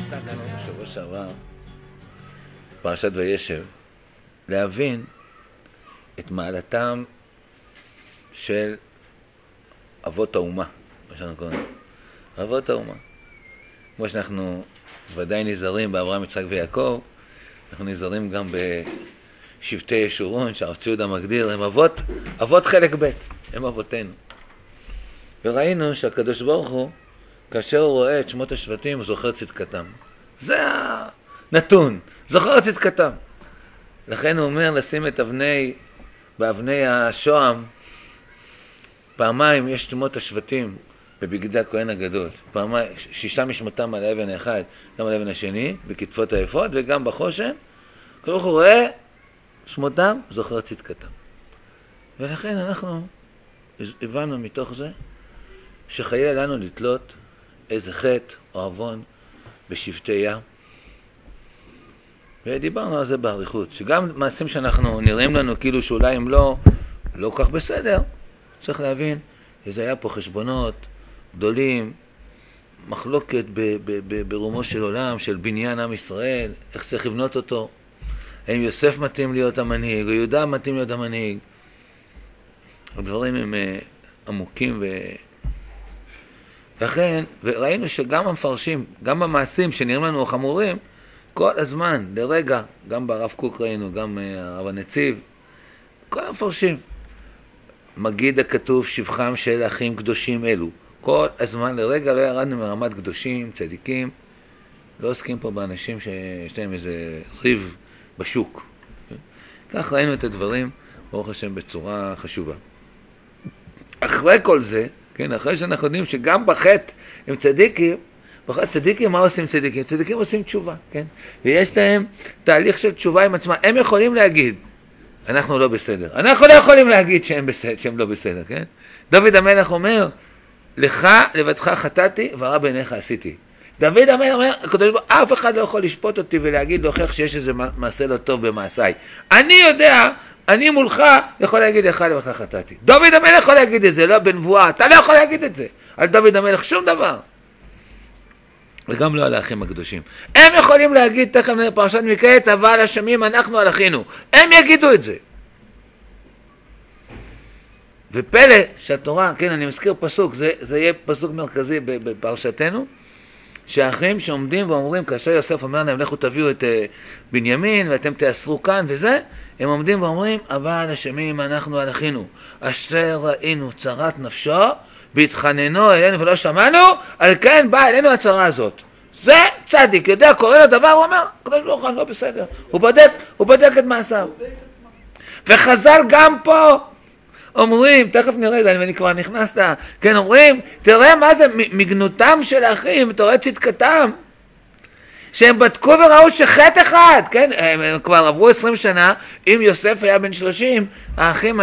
עסקנו בשבוע שעבר, פרשת וישב, להבין את מעלתם של אבות האומה, מה שאנחנו קוראים, אבות האומה. כמו שאנחנו ודאי נזהרים באברהם, יצחק ויעקב, אנחנו נזהרים גם בשבטי ישורון, שהרב צבי יהודה מגדיר, הם אבות חלק ב', הם אבותינו. וראינו שהקדוש ברוך הוא, כאשר הוא רואה את שמות השבטים, הוא זוכר צדקתם. זה הנתון, זוכר צדקתם. לכן הוא אומר לשים את באבני השוהם, פעמיים יש שמות השבטים בבגדי הכהן הגדול. פעמיים, 6 משמותם על האבן האחד, גם על האבן השני, בכתפות היפות, וגם בחושן. כשהוא רואה שמותם, זוכר צדקתם. ולכן אנחנו הבנו מתוך זה, שחייה לנו לתלות איזה חטא או עוון בשבטי ים. ודיברנו על זה באריכות, שגם מעשים שאנחנו נראים לנו כאילו שאולי הם לא כל כך בסדר, צריך להבין שזה היה פה חשבונות גדולים, מחלוקת ברומו של עולם, של בניין עם ישראל, איך צריך לבנות אותו, האם יוסף מתאים להיות המנהיג, או יהודה מתאים להיות המנהיג. הדברים הם עמוקים לכן, וראינו שגם המפרשים, גם במעשים שנראים לנו חמורים, כל הזמן, לרגע, גם ברב קוק ראינו, גם הרב הנציב, כל המפרשים, מגיד הכתוב שבחם של אחים קדושים אלו. כל הזמן, לרגע לא ירדנו מרמת קדושים, צדיקים, לא עוסקים פה באנשים שיש להם איזה ריב בשוק. כך ראינו את הדברים, ברוך השם, בצורה חשובה. אחרי כל זה, כן, אחרי שאנחנו יודעים שגם בחטא הם צדיקים, בחטא צדיקים, מה עושים צדיקים? צדיקים עושים תשובה, כן? ויש להם תהליך של תשובה עם עצמם. הם יכולים להגיד, אנחנו לא בסדר. אנחנו לא יכולים להגיד שהם לא בסדר, כן? דוד המלך אומר, לך לבדך חטאתי ורע בעיניך עשיתי. דוד המלך אומר, אף אחד לא יכול לשפוט אותי ולהגיד להוכיח שיש איזה מעשה לא טוב במעשיי. אני יודע, אני מולך יכול להגיד לך לבדך חטאתי. דוד המלך יכול להגיד את זה, לא בנבואה, אתה לא יכול להגיד את זה. על דוד המלך שום דבר. וגם לא על האחים הקדושים. הם יכולים להגיד, תכף פרשת מקץ, אבל השמים אנחנו על אחינו. הם יגידו את זה. ופלא שהתורה, כן, אני מזכיר פסוק, זה יהיה פסוק מרכזי בפרשתנו, שהאחים שעומדים ואומרים, כאשר יוסף אומר להם, לכו תביאו את בנימין ואתם תאסרו כאן וזה, הם עומדים ואומרים, אבל השמים אנחנו על אחינו, אשר ראינו צרת נפשו, והתחננו אלינו ולא שמענו, על כן באה אלינו הצרה הזאת. זה צדיק, יודע, קורא לו דבר, הוא אומר, הקדוש ברוך הוא לא בסדר. הוא בודק את מעשיו. וחז"ל גם פה אומרים, תכף נראה, אני כבר נכנסת, כן, אומרים, תראה מה זה מגנותם של האחים, אתה רואה צדקתם, שהם בדקו וראו שחטא אחד, כן, הם כבר עברו 20 שנה, אם יוסף היה בן 30, האחים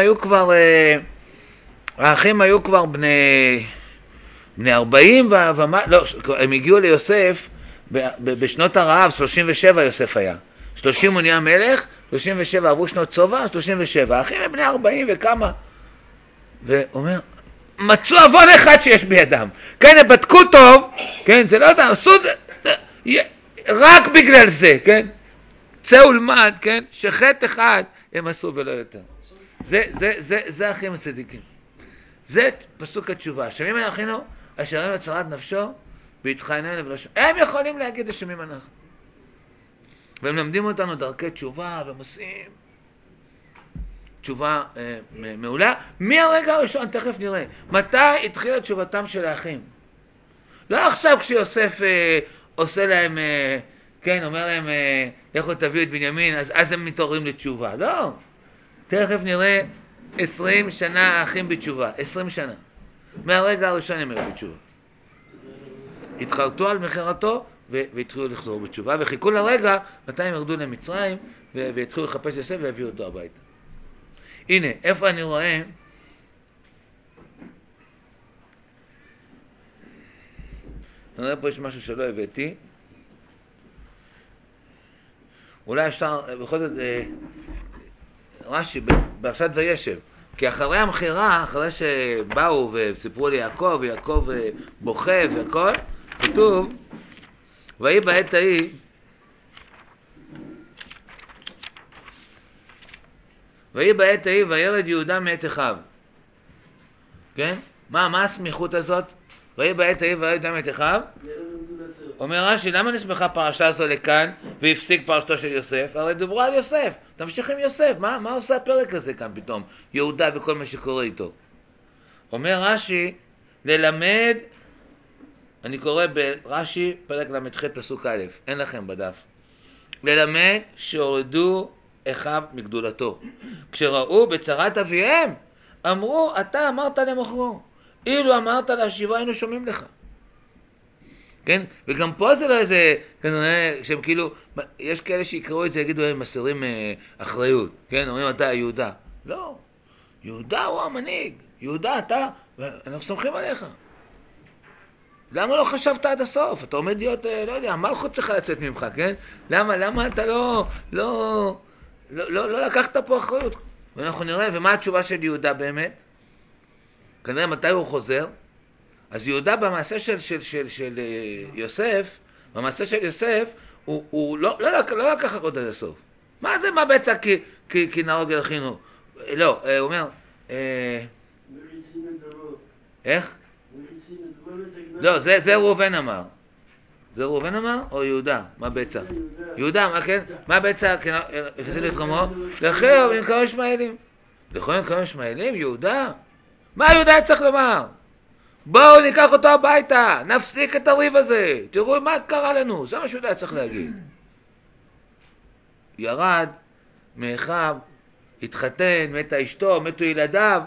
היו כבר בני 40 לא, הם הגיעו ליוסף בשנות הרעב, 37 יוסף היה. 30 הוא נהיה מלך, 37 עברו שנות צובע, 37. האחים הם בני 40 וכמה. והוא אומר, מצאו עוון אחד שיש בידם. כן, הם בדקו טוב, כן, זה לא יודע, עשו רק בגלל זה, כן. צא ולמד, כן, שחטא אחד הם עשו ולא יותר. זה האחים הצדיקים. זה פסוק התשובה. שמים על אחינו, אשר ראינו צרת נפשו, והתחננו אליו ולא שמענו. הם יכולים להגיד השמים אנחנו. והם למדים אותנו דרכי תשובה, והם עושים תשובה מעולה. מהרגע הראשון, תכף נראה, מתי התחילה תשובתם של האחים? לא עכשיו כשיוסף עושה להם, כן, אומר להם, לכו תביאו את בנימין, אז הם מתעוררים לתשובה. לא. תכף נראה 20 שנה האחים בתשובה, 20 שנה. מהרגע הראשון הם היו בתשובה. התחרטו על מחירתו והתחילו לחזור בתשובה, וחיכו לרגע מתי הם ירדו למצרים והתחילו לחפש יוסף והביאו אותו הביתה. הנה, איפה אני רואה? אני רואה פה יש משהו שלא הבאתי. אולי אפשר, בכל זאת, רש"י, בפרשת וישב, כי אחרי המחירה, אחרי שבאו וסיפרו לי יעקב, ויעקב בוכה והכל, כתוב, ויהי בעת ההיא, וירד יהודה מאת אחיו. כן? מה הסמיכות הזאת? ויהי בעת ההיא וירד יהודה מאת אחיו. אומר רש"י, למה נסמכה פרשה זו לכאן והפסיק פרשתו של יוסף? הרי דיברו על יוסף, תמשיך עם יוסף, מה עושה הפרק הזה כאן פתאום? יהודה וכל מה שקורה איתו. אומר רש"י, ללמד, אני קורא ברש"י פרק ל"ח פסוק א', אין לכם בדף. ללמד שהורדו אחיו מגדולתו. כשראו בצרת אביהם, אמרו, אתה אמרת למוכרו, אילו אמרת להשיבו היינו שומעים לך. כן? וגם פה זה לא איזה, כנראה, שהם כאילו, יש כאלה שיקראו את זה, יגידו, הם מסירים אחריות, כן? אומרים, אתה יהודה. לא, יהודה הוא המנהיג, יהודה אתה, אנחנו סומכים עליך. למה לא חשבת עד הסוף? אתה עומד להיות, לא יודע, המלכות צריכה לצאת ממך, כן? למה אתה לא לקחת פה אחריות? ואנחנו נראה, ומה התשובה של יהודה באמת? כנראה מתי הוא חוזר? אז יהודה במעשה של יוסף, במעשה של יוסף, הוא לא לקח עוד עד הסוף. מה זה מה בצע כי נהרוג ילכינו? לא, הוא אומר, איך? לא, זה ראובן אמר. זה ראובן אמר או יהודה? מה בצע? יהודה, מה כן? מה בצע כסינו את רמו? לכיו ונקראו ישמעאלים. לכיו ונקראו ישמעאלים? יהודה? מה יהודה צריך לומר? בואו ניקח אותו הביתה, נפסיק את הריב הזה, תראו מה קרה לנו, זה מה שיהודה צריך להגיד. ירד מאחיו, התחתן, מתה אשתו, מתו ילדיו.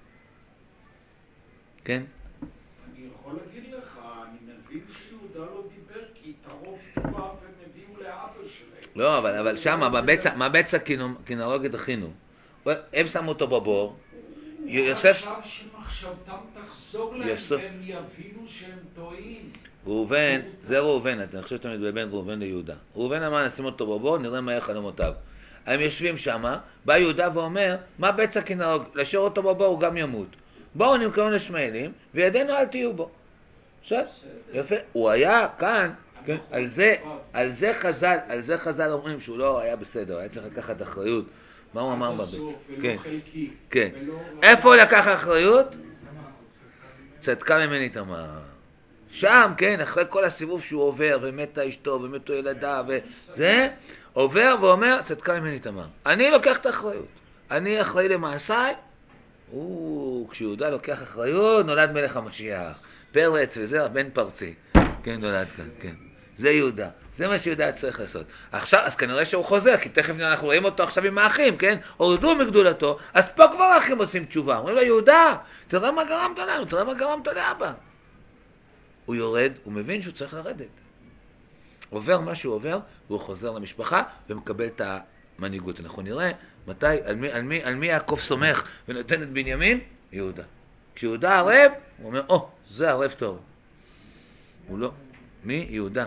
כן? אני יכול להגיד לך, אני מבין שיהודה לא דיבר כי תערוף טובה והם הביאו לאבא שלהם. לא, אבל שמה, מה בצע כי נהרוג את אחינו? הם שמו אותו בבור. יוסף... עכשיו שמחשבתם תחזור להם והם יבינו שהם טועים. ראובן, זה ראובן, אני חושב שאתה מתבלבל ראובן ליהודה. ראובן אמר, נשים אותו בבור, נראה מה יהיה חלומותיו. הם יושבים שמה, בא יהודה ואומר, מה בצע כי נהרוג? להשאיר אותו בבור הוא גם ימות. בואו נמכרו לישמעאלים, וידינו אל תהיו בו. בסדר? יפה. הוא היה כאן, על זה חז"ל אומרים שהוא לא היה בסדר, היה צריך לקחת אחריות. מה הוא אמר בבית? כן, כן. איפה הוא לקח אחריות? צדקה ממני תמר. שם, כן, אחרי כל הסיבוב שהוא עובר, ומתה אשתו, ומתו ילדיו, וזה, עובר ואומר, צדקה ממני תמר. אני לוקח את האחריות. אני אחראי למעשיי. כשיהודה לוקח אחריות, נולד מלך המשיח. פרץ וזה, בן פרצי. כן, נולד כאן, כן. זה יהודה. זה מה שיהודה צריך לעשות. עכשיו, אז כנראה שהוא חוזר, כי תכף אנחנו רואים אותו עכשיו עם האחים, כן? הורדו מגדולתו, אז פה כבר האחים עושים תשובה. אומרים לו, יהודה, תראה מה גרמת לנו, תראה מה גרמת לאבא. הוא יורד, הוא מבין שהוא צריך לרדת. עובר מה שהוא עובר, והוא חוזר למשפחה ומקבל את המנהיגות. אנחנו נראה מתי, על מי יעקב סומך ונותן את בנימין? יהודה. כשיהודה ערב, הוא אומר, זה ערב טוב. הוא לא. מי? יהודה.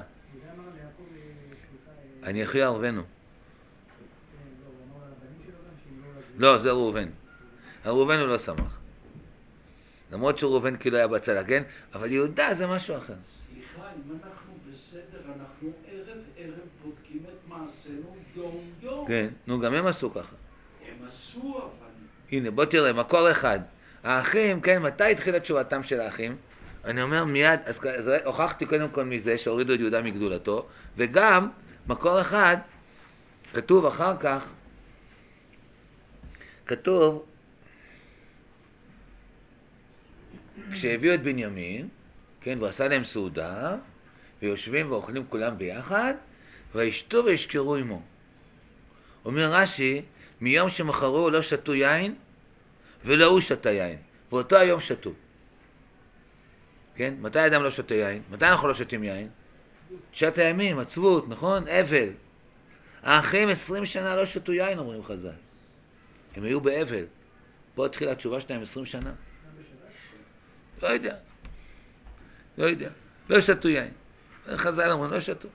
אני אחי ערבנו. לא, זה ראובן. ראובן הוא לא שמח. למרות שראובן כאילו היה בצלה, כן? אבל יהודה זה משהו אחר. סליחה, אם אנחנו בסדר, אנחנו ערב בודקים את מעשינו יום. כן, נו, גם הם עשו ככה. הם עשו, אבל... הנה, בוא תראה, מקור אחד. האחים, כן, מתי התחילה תשובתם של האחים? אני אומר מיד, אז הוכחתי קודם כל מזה שהורידו את יהודה מגדולתו, וגם מקור אחד, כתוב אחר כך, כתוב, כשהביאו את בנימין, כן, והוא עשה להם סעודה, ויושבים ואוכלים כולם ביחד, וישתו וישכרו עמו. אומר רש"י, מיום שמחרו לא שתו יין, ולא הוא שתה יין, ואותו היום שתו. כן? מתי אדם לא שותה יין? מתי אנחנו לא שותים יין? 9 הימים, עצבות, נכון? אבל. האחים 20 שנה לא שתו יין, אומרים חז"ל. הם היו באבל. פה התחילה התשובה שלהם 20 שנה. לא יודע. לא שתו יין. חז"ל אומרים, לא שתו.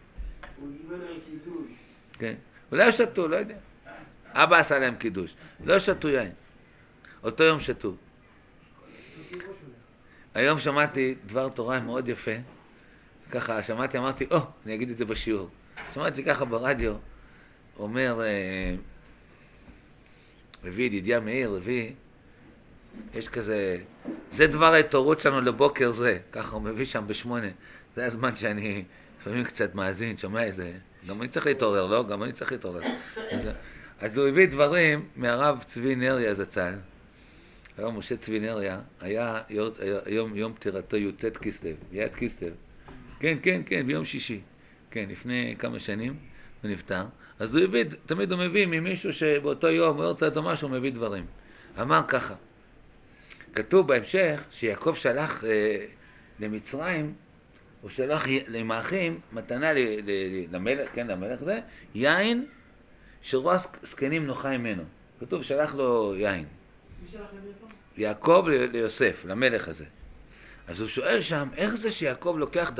כן. אולי שתו, לא יודע. אבא עשה להם קידוש. לא שתו יין. אותו יום שתו. היום שמעתי דבר תורה מאוד יפה. ככה שמעתי, אמרתי, אני אגיד את זה בשיעור. שמעתי ככה ברדיו, אומר, רבי ידידיה מאיר, רבי, יש כזה, זה דבר ההתעוררות שלנו לבוקר זה, ככה הוא מביא שם ב8, זה הזמן שאני לפעמים קצת מאזין, שומע איזה, גם אני צריך להתעורר, לא? גם אני צריך להתעורר. אז הוא הביא דברים מהרב צבי נריה זצ"ל, הרב משה צבי נריה, היה יום פטירתו י"ט כסלו, י"ט כסלו, כן, ביום שישי, כן, לפני כמה שנים הוא נפטר, אז הוא הביא, תמיד הוא מביא ממישהו שבאותו יום הוא יורצה אותו משהו, הוא מביא דברים. אמר ככה, כתוב בהמשך שיעקב שלח למצרים, הוא שלח עם האחים מתנה למלך, כן, למלך זה, יין שרוע זקנים נוחה ממנו. כתוב שלח לו יין. מי שלח למלך? יעקב ליוסף, למלך הזה. אז הוא שואל שם, איך זה שיעקב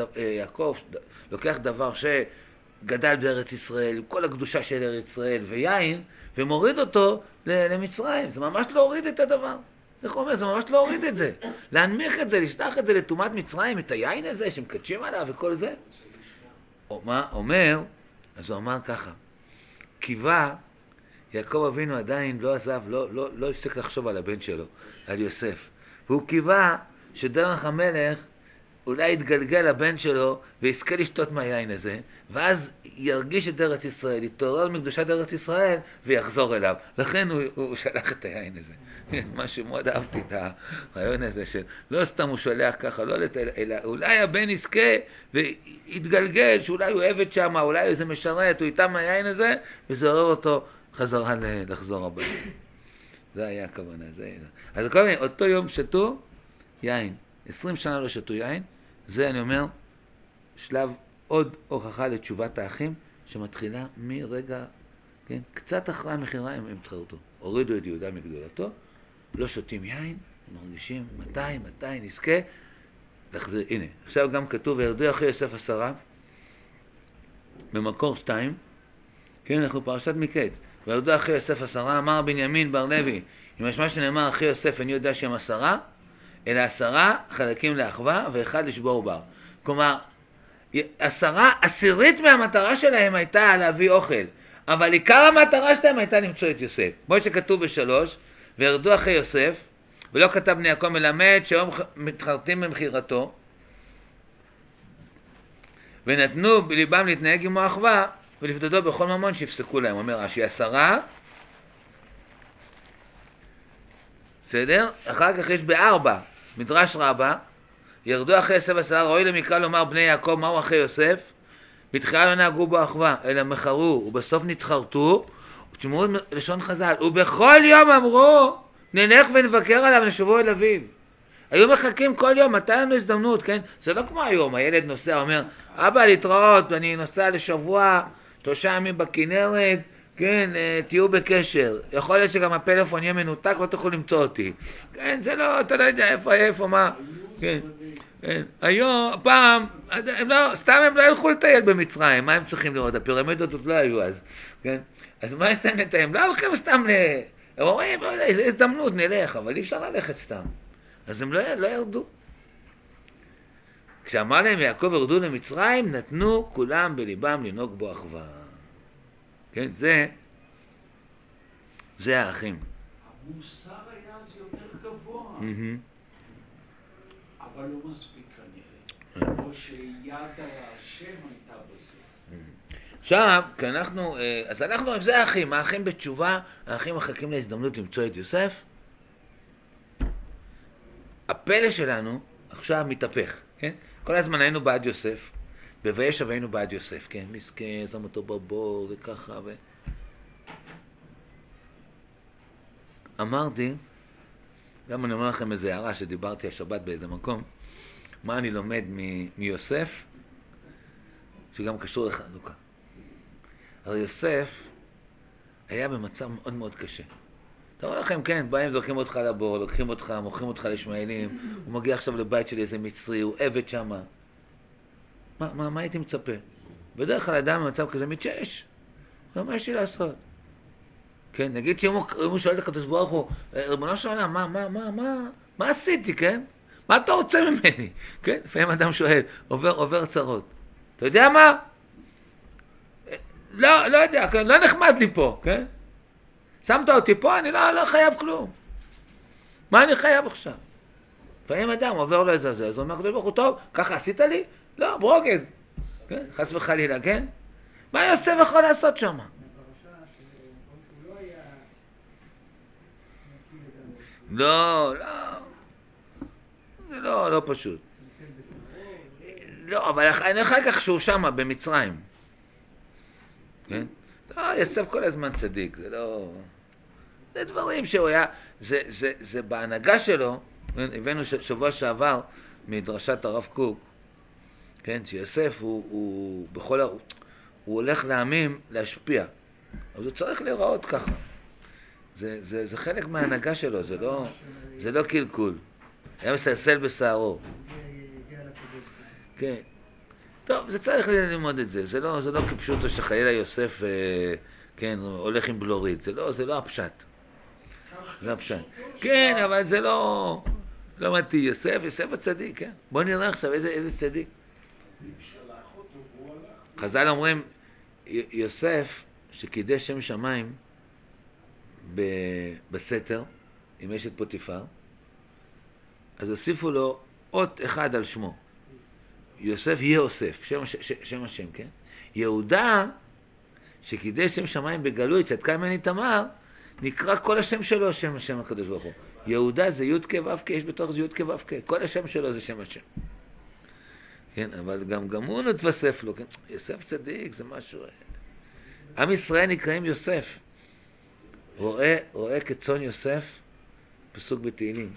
לוקח דבר שגדל בארץ ישראל, עם כל הקדושה של ארץ ישראל ויין, ומוריד אותו למצרים. זה ממש להוריד את הדבר. איך הוא אומר? זה ממש להוריד את זה. להנמיך את זה, לשלח את זה לטומאת מצרים, את היין הזה שמקדשים עליו וכל זה. מה אומר? אז הוא אמר ככה, קיווה, יעקב אבינו עדיין לא עזב, לא הפסיק לחשוב על הבן שלו, על יוסף. והוא קיווה שדרך המלך אולי יתגלגל לבן שלו ויזכה לשתות מהיין הזה, ואז ירגיש את ארץ ישראל, יתעורר מקדושת ארץ ישראל ויחזור אליו. לכן הוא שלח את היין הזה. משהו מאוד אהבתי את הרעיון הזה של לא סתם הוא שולח ככה, אלא אולי הבן יזכה ויתגלגל, שאולי הוא עבד שם, אולי איזה משרת, הוא איתם מהיין הזה, וזה עורר אותו חזרה לחזור הבא. זה היה הכוונה. אז הכוונה, אותו יום שתו יין. 20 שנה לא שתו יין, זה אני אומר שלב עוד הוכחה לתשובת האחים שמתחילה מרגע, כן, קצת אחרי המכירה הם התחרטו, הורידו את יהודה מגדולתו, לא שותים יין, מרגישים מתי נזכה להחזיר. הנה, עכשיו גם כתוב וירדו אחרי יוסף 10 במקור 2, כן, אנחנו פרשת מקץ, וירדו אחרי יוסף 10, אמר בנימין בר לוי, אם יש מה שנאמר אחרי יוסף אני יודע שהם 10, אלא 10 חלקים לאחווה ואחד לשבור בר. כלומר, 10 מהמטרה שלהם הייתה להביא אוכל, אבל עיקר המטרה שלהם הייתה למצוא את יוסף. כמו שכתוב ב3, וירדו אחרי יוסף, ולא כתב בני יעקב מלמד שהיום מתחרטים במחירתו, ונתנו בליבם להתנהג עם האחווה, ולפדדו בכל ממון שיפסקו להם. אומר רש"י 10, בסדר? אחר כך יש ב4, מדרש רבה, ירדו אחרי יוסף 10, ראוי למקרא לומר בני יעקב מהו אחרי יוסף, בתחילה לא נהגו בו אחווה, אלא מחרו, ובסוף נתחרטו, ותשמעו לשון חז"ל, ובכל יום אמרו, נלך ונבקר עליו, נשובו אל אביו. היו מחכים כל יום, מתי לנו הזדמנות, כן? זה לא כמו היום, הילד נוסע, אומר, אבא להתראות, אני נוסע לשבוע, 3 ימים בכנרת, כן, תהיו בקשר. יכול להיות שגם הפלאפון יהיה מנותק, לא תוכל למצוא אותי. כן, זה לא, אתה לא יודע איפה, מה. כן, כן. היום, פעם, סתם הם לא ילכו לטייל במצרים, מה הם צריכים לראות? הפירמידות עוד לא היו אז, כן? אז מה יש להם לטייל? הם לא הולכים סתם הם אומרים, איזו הזדמנות, נלך, אבל אי אפשר ללכת סתם. אז הם לא ירדו. כשאמר להם יעקב ירדו למצרים, נתנו כולם בליבם לנהוג בו אחווה. כן, זה האחים. המוסר היה אז יותר גבוה, אבל לא מספיק כנראה. או שיד השם הייתה בזה. עכשיו, אז אנחנו, זה האחים, האחים בתשובה, האחים מחכים להזדמנות למצוא את יוסף. הפלא שלנו עכשיו מתהפך, כן? כל הזמן היינו בעד יוסף, בוישב היינו בעד יוסף, כן? מסכן, שם אותו בבור וככה אמרתי, גם אני אומר לכם איזה הערה שדיברתי השבת באיזה מקום, מה אני לומד מיוסף, שגם קשור לחנוכה. הרי יוסף היה במצב מאוד מאוד קשה. תראו לכם, כן, באים, זורקים אותך לבור, לוקחים אותך, מוכרים אותך לשמעאלים, הוא מגיע עכשיו לבית של איזה מצרי, הוא עבד שמה. מה הייתי מצפה? בדרך כלל אדם במצב כזה מתשש. מה יש לי לעשות? כן, נגיד שאם הוא שואל את הקדוש ברוך הוא, ריבונו של עולם, מה עשיתי, כן? מה אתה רוצה ממני? כן, לפעמים אדם שואל, עובר צרות. אתה יודע מה? לא יודע, כן? לא נחמד לי פה, כן? שמת אותי פה, אני לא חייב כלום. מה אני חייב עכשיו? לפעמים אדם עובר לו איזה זה, אז הוא אומר, הקדוש ברוך הוא, טוב, ככה עשית לי? לא, ברוגז. כן? חס וחלילה, כן? מה יוסף יכול לעשות שם? לא, לא פשוט. לא, אבל אני אחר כך שהוא שם, במצרים. כן? לא, יוסף כל הזמן צדיק, זה לא... זה דברים שהוא היה... זה בהנהגה שלו, הבאנו שבוע שעבר מדרשת הרב קוק, כן? שיוסף הוא בכל... הוא הולך לעמים להשפיע. אז הוא צריך להיראות ככה. זה חלק מההנהגה שלו, זה לא קלקול. היה מסלסל בשערו. כן. טוב, זה צריך ללמוד את זה. זה לא כפשוטו שחלילה יוסף, כן, הולך עם בלורית. זה לא הפשט. לא הפשט. כן, אבל זה לא מתאים. יוסף הצדיק, כן. בוא נראה עכשיו איזה צדיק. חז"ל אומרים, יוסף שקידש שם שמיים בסתר, עם אשת פוטיפר, אז הוסיפו לו אות אחד על שמו. יוסף יוסף, שם השם, כן? יהודה, שקידש שם שמיים בגלוי, צדקה ממני תמר, נקרא כל השם שלו שם הקדוש ברוך הוא. יהודה זה י' כ' ו' כ', יש בתוך זה י' כ' ו' כ', כל השם שלו זה שם השם. כן, אבל גם הוא נתווסף לו, כן? יוסף צדיק, זה משהו... עם ישראל נקראים יוסף. רואה כצאן יוסף, פסוק בתהילים.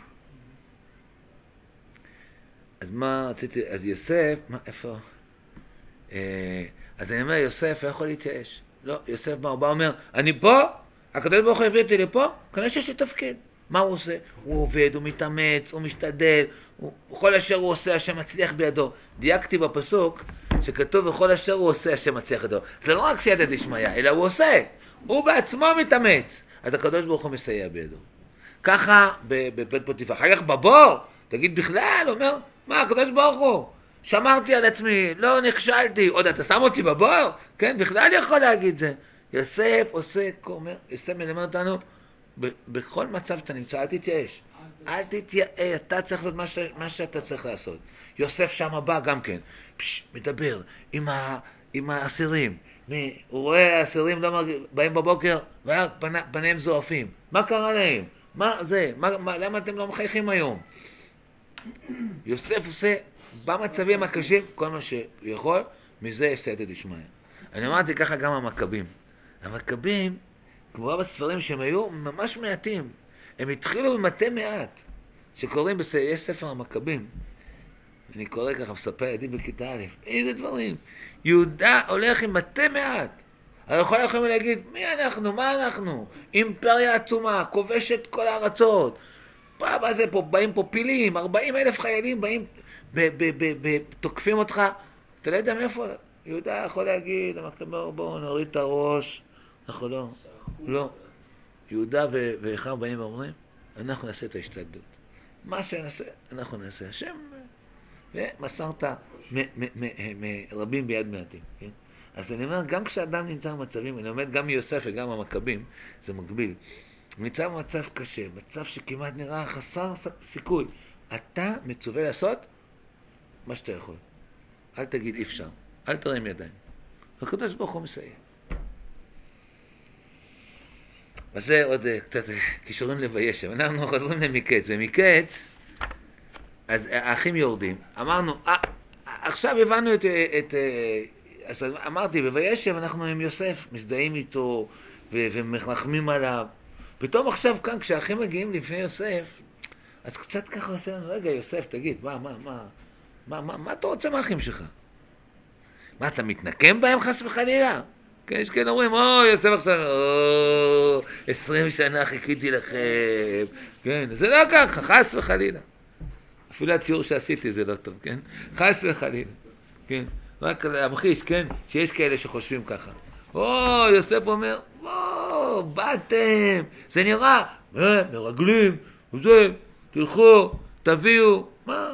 אז מה רציתי, אז יוסף, איפה? אז אני אומר, יוסף לא יכול להתייאש. לא, יוסף הוא בא אומר, אני פה, הקדוש ברוך הוא הביא אותי לפה, כנראה שיש לי תפקיד. מה הוא עושה? הוא עובד, הוא מתאמץ, הוא משתדל, כל אשר הוא עושה, השם מצליח בידו. דייקתי בפסוק שכתוב, וכל אשר הוא עושה, השם מצליח בידו. זה לא רק סייעתא דשמיא, אלא הוא עושה. הוא בעצמו מתאמץ. אז הקדוש ברוך הוא מסייע בידו. ככה בבית פוטיפר. אחר כך בבור, תגיד בכלל, אומר, מה הקדוש ברוך הוא? שמרתי על עצמי, לא נכשלתי, עוד אתה שם אותי בבור? כן, בכלל יכול להגיד זה. יוסף עושה, יוסף מלמד אותנו, בכל מצב שאתה נמצא, אל תתייאש. אל תתייאש, אתה צריך לעשות מה שאתה צריך לעשות. יוסף שם בא גם כן, מדבר עם האסירים. הוא רואה האסירים באים בבוקר, פניהם זועפים. מה קרה להם? מה זה? למה אתם לא מחייכים היום? יוסף עושה במצבים הקשים כל מה שיכול, מזה יש סייעתא דשמיא. אני אמרתי ככה גם המכבים. המכבים, כמו בספרים שהם היו ממש מעטים, הם התחילו במתי מעט, שקוראים יש ספר המכבים. אני קורא ככה, מספר ילדים בכיתה א', איזה דברים. יהודה הולך עם מתי מעט. אנחנו יכולים להגיד, מי אנחנו? מה אנחנו? אימפריה עצומה, כובשת כל הארצות. מה זה פה? באים פה פילים, 40,000 חיילים באים, תוקפים אותך. אתה לא יודע מאיפה? יהודה יכול להגיד, בואו נוריד את הראש. אנחנו לא. יהודה ואחיו באים ואומרים, אנחנו נעשה את ההשתדלות. מה שנעשה, אנחנו נעשה. השם, ומסרת מרבים ביד מעטים. כן? אז אני אומר, גם כשאדם נמצא במצבים, אני אומר גם מיוסף וגם המכבים, זה מגביל. הוא נמצא במצב קשה, מצב שכמעט נראה חסר סיכוי. אתה מצווה לעשות מה שאתה יכול. אל תגיד אי אפשר, אל תרים ידיים. הקדוש ברוך הוא מסייע. אז זה עוד קצת קישורים לוישב. אנחנו חוזרים למקץ. במקץ, אז האחים יורדים. אמרנו, עכשיו הבנו אז אמרתי, בוישב אנחנו עם יוסף, מזדהים איתו ומחמים עליו. פתאום עכשיו כאן, כשהאחים מגיעים לפני יוסף, אז קצת ככה עושה לנו, רגע יוסף, תגיד, מה אתה רוצה מהאחים שלך? מה, אתה מתנקם בהם חס וחלילה? כן, יש כן אומרים, יוסף עכשיו, 20 שנה חיכיתי לכם. כן, זה לא ככה, חס וחלילה. אפילו הציור שעשיתי זה לא טוב, כן? חס וחלילה. כן, רק להמחיש, כן? שיש כאלה שחושבים ככה. יוסף אומר, באתם, זה נראה, מרגלים, תלכו, תביאו, מה?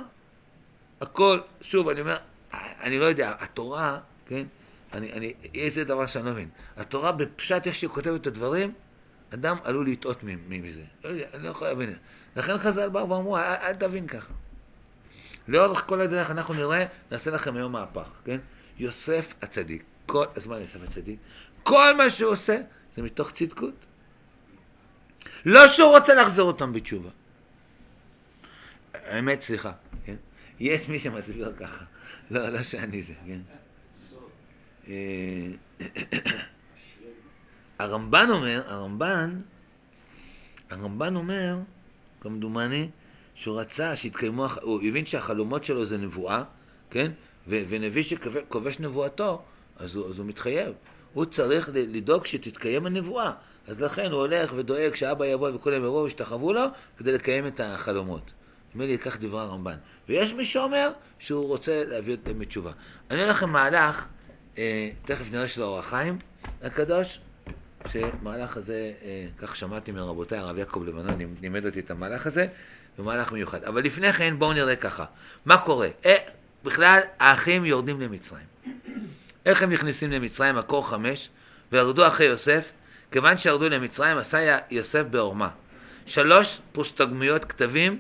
הכל, שוב, אני אומר, אני לא יודע, התורה, כן? יש זה דבר שאני לא מבין. התורה בפשט, איך שהיא כותבת את הדברים, אדם עלול לטעות מזה. לא יודע, אני לא יכול להבין. לכן חז"ל באו ואמרו, אל תבין ככה. לאורך כל הדרך אנחנו נראה, נעשה לכם היום מהפך, כן? יוסף הצדיק, כל הזמן יוסף הצדיק, כל מה שהוא עושה זה מתוך צדקות. לא שהוא רוצה לחזור אותם בתשובה. האמת, סליחה, כן? יש מי שמסביר ככה, לא שאני זה, כן? הרמב"ן אומר, כמדומני, שהוא רצה שיתקיימו, הוא הבין שהחלומות שלו זה נבואה, כן? ונביא שכובש נבואתו, אז הוא מתחייב. הוא צריך לדאוג שתתקיים הנבואה. אז לכן הוא הולך ודואג שאבא יבוא וכולם יבואו וישתחוו לו, כדי לקיים את החלומות. נדמה לי, כך דברי הרמב"ן. ויש מי שאומר שהוא רוצה להביא אותם בתשובה. אני אומר לכם מהלך, תכף נראה של אור החיים הקדוש, שמהלך הזה, כך שמעתי מרבותיי, הרב יעקב לבנון לימד אותי את המהלך הזה, ומהלך מיוחד. אבל לפני כן בואו נראה ככה. מה קורה? בכלל האחים יורדים למצרים. איך הם נכנסים למצרים? מקור 5, וירדו אחרי יוסף, כיוון שירדו למצרים, עשה יוסף בעורמה. 3 פוסטגמיות כתבים,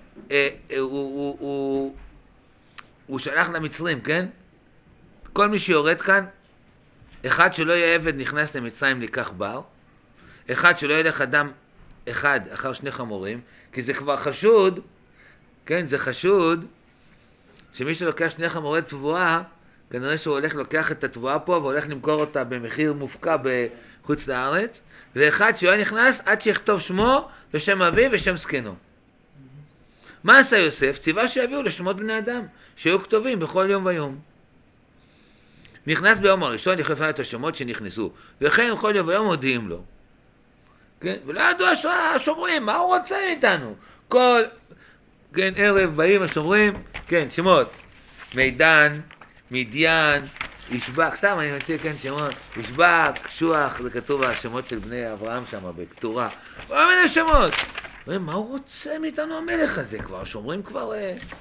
הוא שלח למצרים, כן? כל מי שיורד כאן, אחד שלא יהיה עבד נכנס למצרים לקח בר, אחד שלא ילך אדם אחד אחר 2 חמורים, כי זה כבר חשוד, כן, זה חשוד, שמי שלוקח 2 חמורי תבואה, כנראה שהוא הולך לוקח את התבואה פה, והולך למכור אותה במחיר מופקע בחוץ לארץ, ואחד שלא נכנס עד שיכתוב שמו ושם אביו ושם זקנו. מה עשה יוסף? ציווה שיביאו לשמות בני אדם, שהיו כתובים בכל יום ויום. נכנס ביום הראשון, יחליף את השמות שנכנסו, וכן כל יום ויום מודיעים לו. כן? ולא ידעו השומרים, מה הוא רוצה מאיתנו? כל, כן, ערב באים השומרים, כן, שמות. מידן, מדיין, ישבק, סתם אני מציע, כן, שמות. ישבק, שוח, זה כתוב השמות של בני אברהם שם, בכתורה. כל מיני שמות. מה הוא רוצה מאיתנו המלך הזה? כבר השומרים כבר...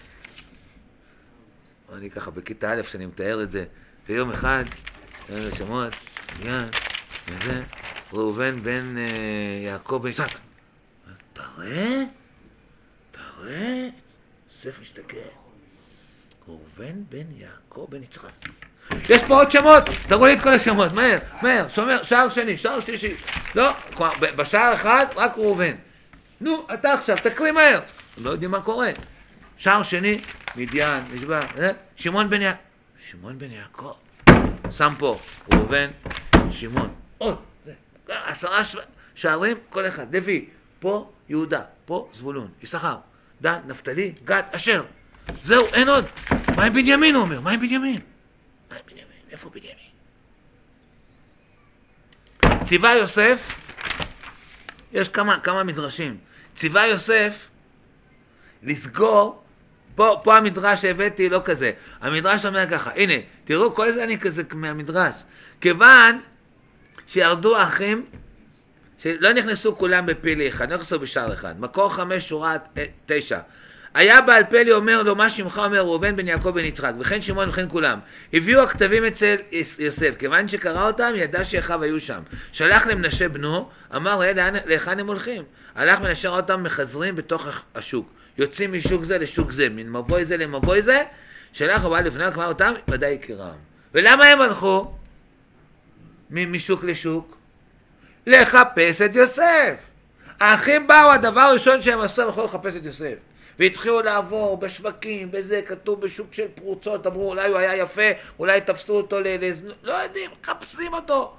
אני ככה בכיתה א' שאני מתאר את זה. ויום אחד, שמות, מדיין, וזה, ראובן בן יעקב בן יצחק. אתה רואה? יוסף מסתכל. ראובן בן יעקב בן יצחק. יש פה עוד שמות, תראו לי את כל השמות, מהר, שער שני, שער שלישי. לא, בשער אחד רק ראובן. נו, אתה עכשיו, תקריא מהר. לא יודעים מה קורה. שער שני, מדיין, משבע, שמעון בן יעקב. שם פה, ראובן, שמעון. עוד, 10 שערים, כל אחד. לוי, פה יהודה, פה זבולון, יששכר, דן, נפתלי, גד, אשר. זהו, אין עוד. מה עם בנימין, הוא אומר? מה עם בנימין? איפה בנימין? ציווה יוסף, יש כמה מדרשים. ציווה יוסף לסגור, פה המדרש שהבאתי לא כזה. המדרש אומר ככה, הנה, תראו, כל זה אני כזה מהמדרש. כיוון שירדו האחים, שלא נכנסו כולם בפילי אחד, לא נכנסו בשער אחד. מקור 5 שורה 9. היה בעל פלי אומר לו, מה שמך? אומר ראובן בן יעקב בן יצחק, וכן שמעון וכן כולם. הביאו הכתבים אצל יוסף, כיוון שקרא אותם, ידע שאחיו היו שם. שלח למנשה בנו, אמר, להיכן הם הולכים? הלך מנשה אותם מחזרים בתוך השוק. יוצאים משוק זה לשוק זה, מן מבוי זה למבוי זה, שלח ובא לפני כבר אותם, ודאי יקרם. ולמה הם הלכו? משוק לשוק? לחפש את יוסף. האחים באו, הדבר הראשון שהם עשו, הלכו לחפש את יוסף. והתחילו לעבור בשווקים, בזה כתוב בשוק של פרוצות, אמרו אולי הוא היה יפה, אולי תפסו אותו לא יודעים, חפשים אותו.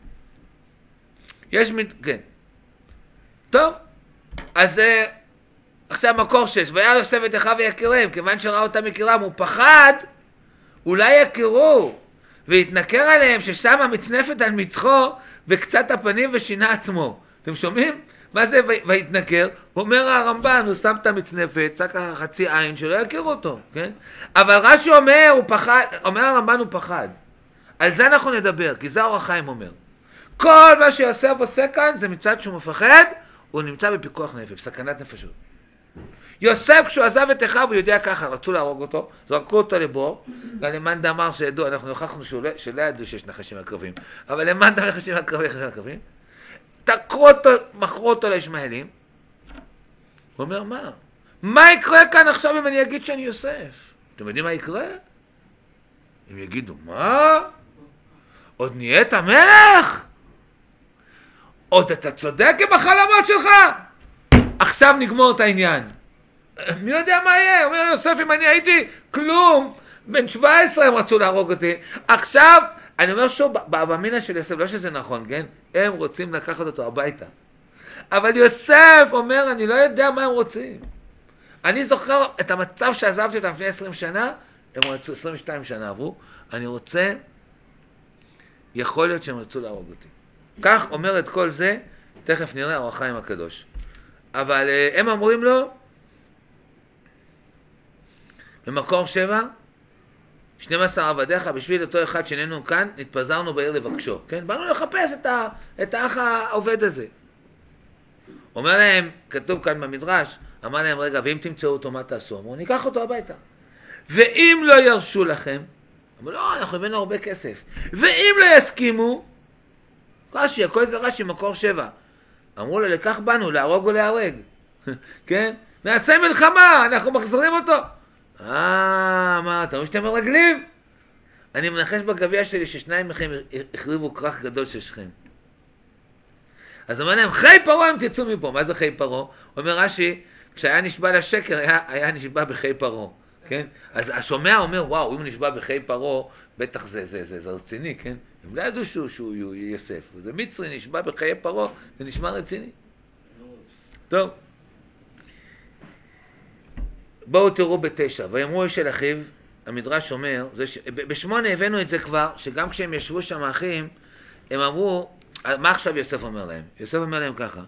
כן. טוב, אז עכשיו מקור 6, והיה יוסף את אחיו ויקירם, כיוון שראה אותם יקירם, הוא פחד, אולי יכירו, והתנכר עליהם ששם המצנפת על מצחו, וקצת הפנים ושינה עצמו. אתם שומעים? מה זה והתנכר? אומר הרמב"ן, הוא שם את המצנפת, צע ככה חצי עין, שלא יכירו אותו, כן? אבל רש"י אומר, הוא פחד, אומר הרמב"ן הוא פחד. על זה אנחנו נדבר, כי זה אור החיים אומר. כל מה שיוסף עושה כאן, זה מצד שהוא מפחד, הוא נמצא בפיקוח נפש, סכנת נפשות. יוסף כשהוא עזב את אחיו הוא יודע ככה, רצו להרוג אותו, זרקו אותו לבור, ולמאן דאמר שידעו, אנחנו נוכחנו שלא ידעו שיש נחשים עקרבים, אבל למאן דאמר נחשים עקרבים, תקרו אותו, מכרו אותו לישמעאלים, הוא אומר מה יקרה כאן עכשיו אם אני אגיד שאני יוסף? אתם יודעים מה יקרה? הם יגידו, מה? עוד נהיית המלך? עוד אתה צודק עם החלומות שלך? עכשיו נגמור את העניין. מי יודע מה יהיה? אומר יוסף, אם אני הייתי כלום, בן 17 הם רצו להרוג אותי. עכשיו, אני אומר שוב, באמינה של יוסף, לא שזה נכון, כן? הם רוצים לקחת אותו הביתה. אבל יוסף אומר, אני לא יודע מה הם רוצים. אני זוכר את המצב שעזבתי אותם לפני 20 שנה, הם רצו, 22 שנה עברו, אני רוצה, יכול להיות שהם רצו להרוג אותי. כך אומר את כל זה, תכף נראה אור החיים הקדוש. אבל הם אמורים לו, במקור 7, 12 עבדיך, בשביל אותו אחד שאיננו כאן, נתפזרנו בעיר לבקשו. כן? באנו לחפש את האח העובד הזה. אומר להם, כתוב כאן במדרש, אמר להם, רגע, ואם תמצאו אותו, מה תעשו? אמרו, ניקח אותו הביתה. ואם לא ירשו לכם, אמרו, לא, אנחנו הבאנו הרבה כסף. ואם לא יסכימו, רש"י, הכל זה רש"י, מקור 7. אמרו לו, לקח בנו, להרוג או להרג. כן? נעשה מלחמה, אנחנו מחזירים אותו. מה, אתה רואה שאתם מרגלים? אני מנחש בגביע שלי ששניים מכם החריבו כרך גדול של שכם. אז אומר להם, חי פרעה אם תצאו מפה. מה זה חי פרעה? אומר רש"י, כשהיה נשבע לשקר, היה נשבע בחי פרעה. כן? אז השומע אומר, וואו, אם הוא נשבע בחי פרעה, בטח זה רציני, כן? הם לא ידעו שהוא יוסף. זה מצרי נשבע בחיי פרעה, זה נשמע רציני. טוב. בואו תראו ב9, ויאמרו איש אל אחיו, המדרש אומר, ב8 הבאנו את זה כבר, שגם כשהם ישבו שם האחים, הם אמרו, מה עכשיו יוסף אומר להם? יוסף אומר להם ככה,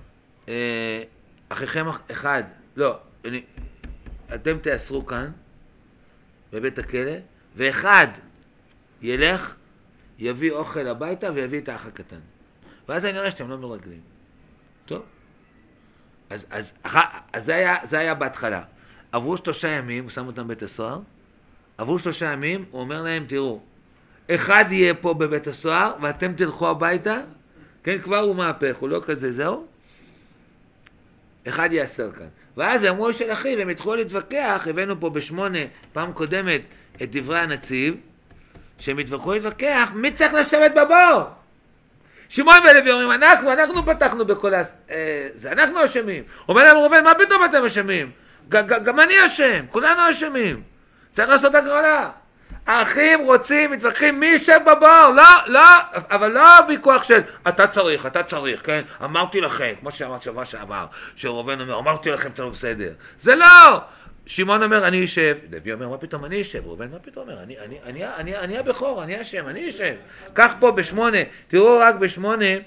אחיכם אחד, לא, אתם תאסרו כאן, בבית הכלא, ואחד ילך, יביא אוכל הביתה ויביא את האח הקטן. ואז אני נראה שאתם לא מרגלים. טוב? אז זה היה בהתחלה. עברו 3 ימים, הוא שם אותם בבית הסוהר, עברו 3 ימים, הוא אומר להם, תראו, אחד יהיה פה בבית הסוהר, ואתם תלכו הביתה, כן, כבר הוא מהפך, הוא לא כזה, זהו? אחד יאסר כאן. ואז אמרו של אחיו, הם התחילו להתווכח, הבאנו פה ב8, פעם קודמת, את דברי הנציב, שהם התווכחו להתווכח, מי צריך לשבת בבור? שמעון ולוי אומרים, אנחנו פתחנו בכל זה, אנחנו אשמים. אומר להם ראובן, מה פתאום אתם אשמים? גם אני אשם, כולנו אשמים. צריך לעשות הגרלה. האחים רוצים, מתווכחים, מי יישב בבור? לא, אבל לא ויכוח של, אתה צריך, כן? אמרתי לכם, כמו שאמרת שבוע שעבר, שראובן אומר, אמרתי לכם, אתם לא בסדר. זה לא! שמעון אומר, אני אשב. לוי אומר, מה פתאום אני אשב? ראובן, מה פתאום אומר? אני הבכור, אני אשם, אני אשב. כך פה ב8, תראו רק ב8,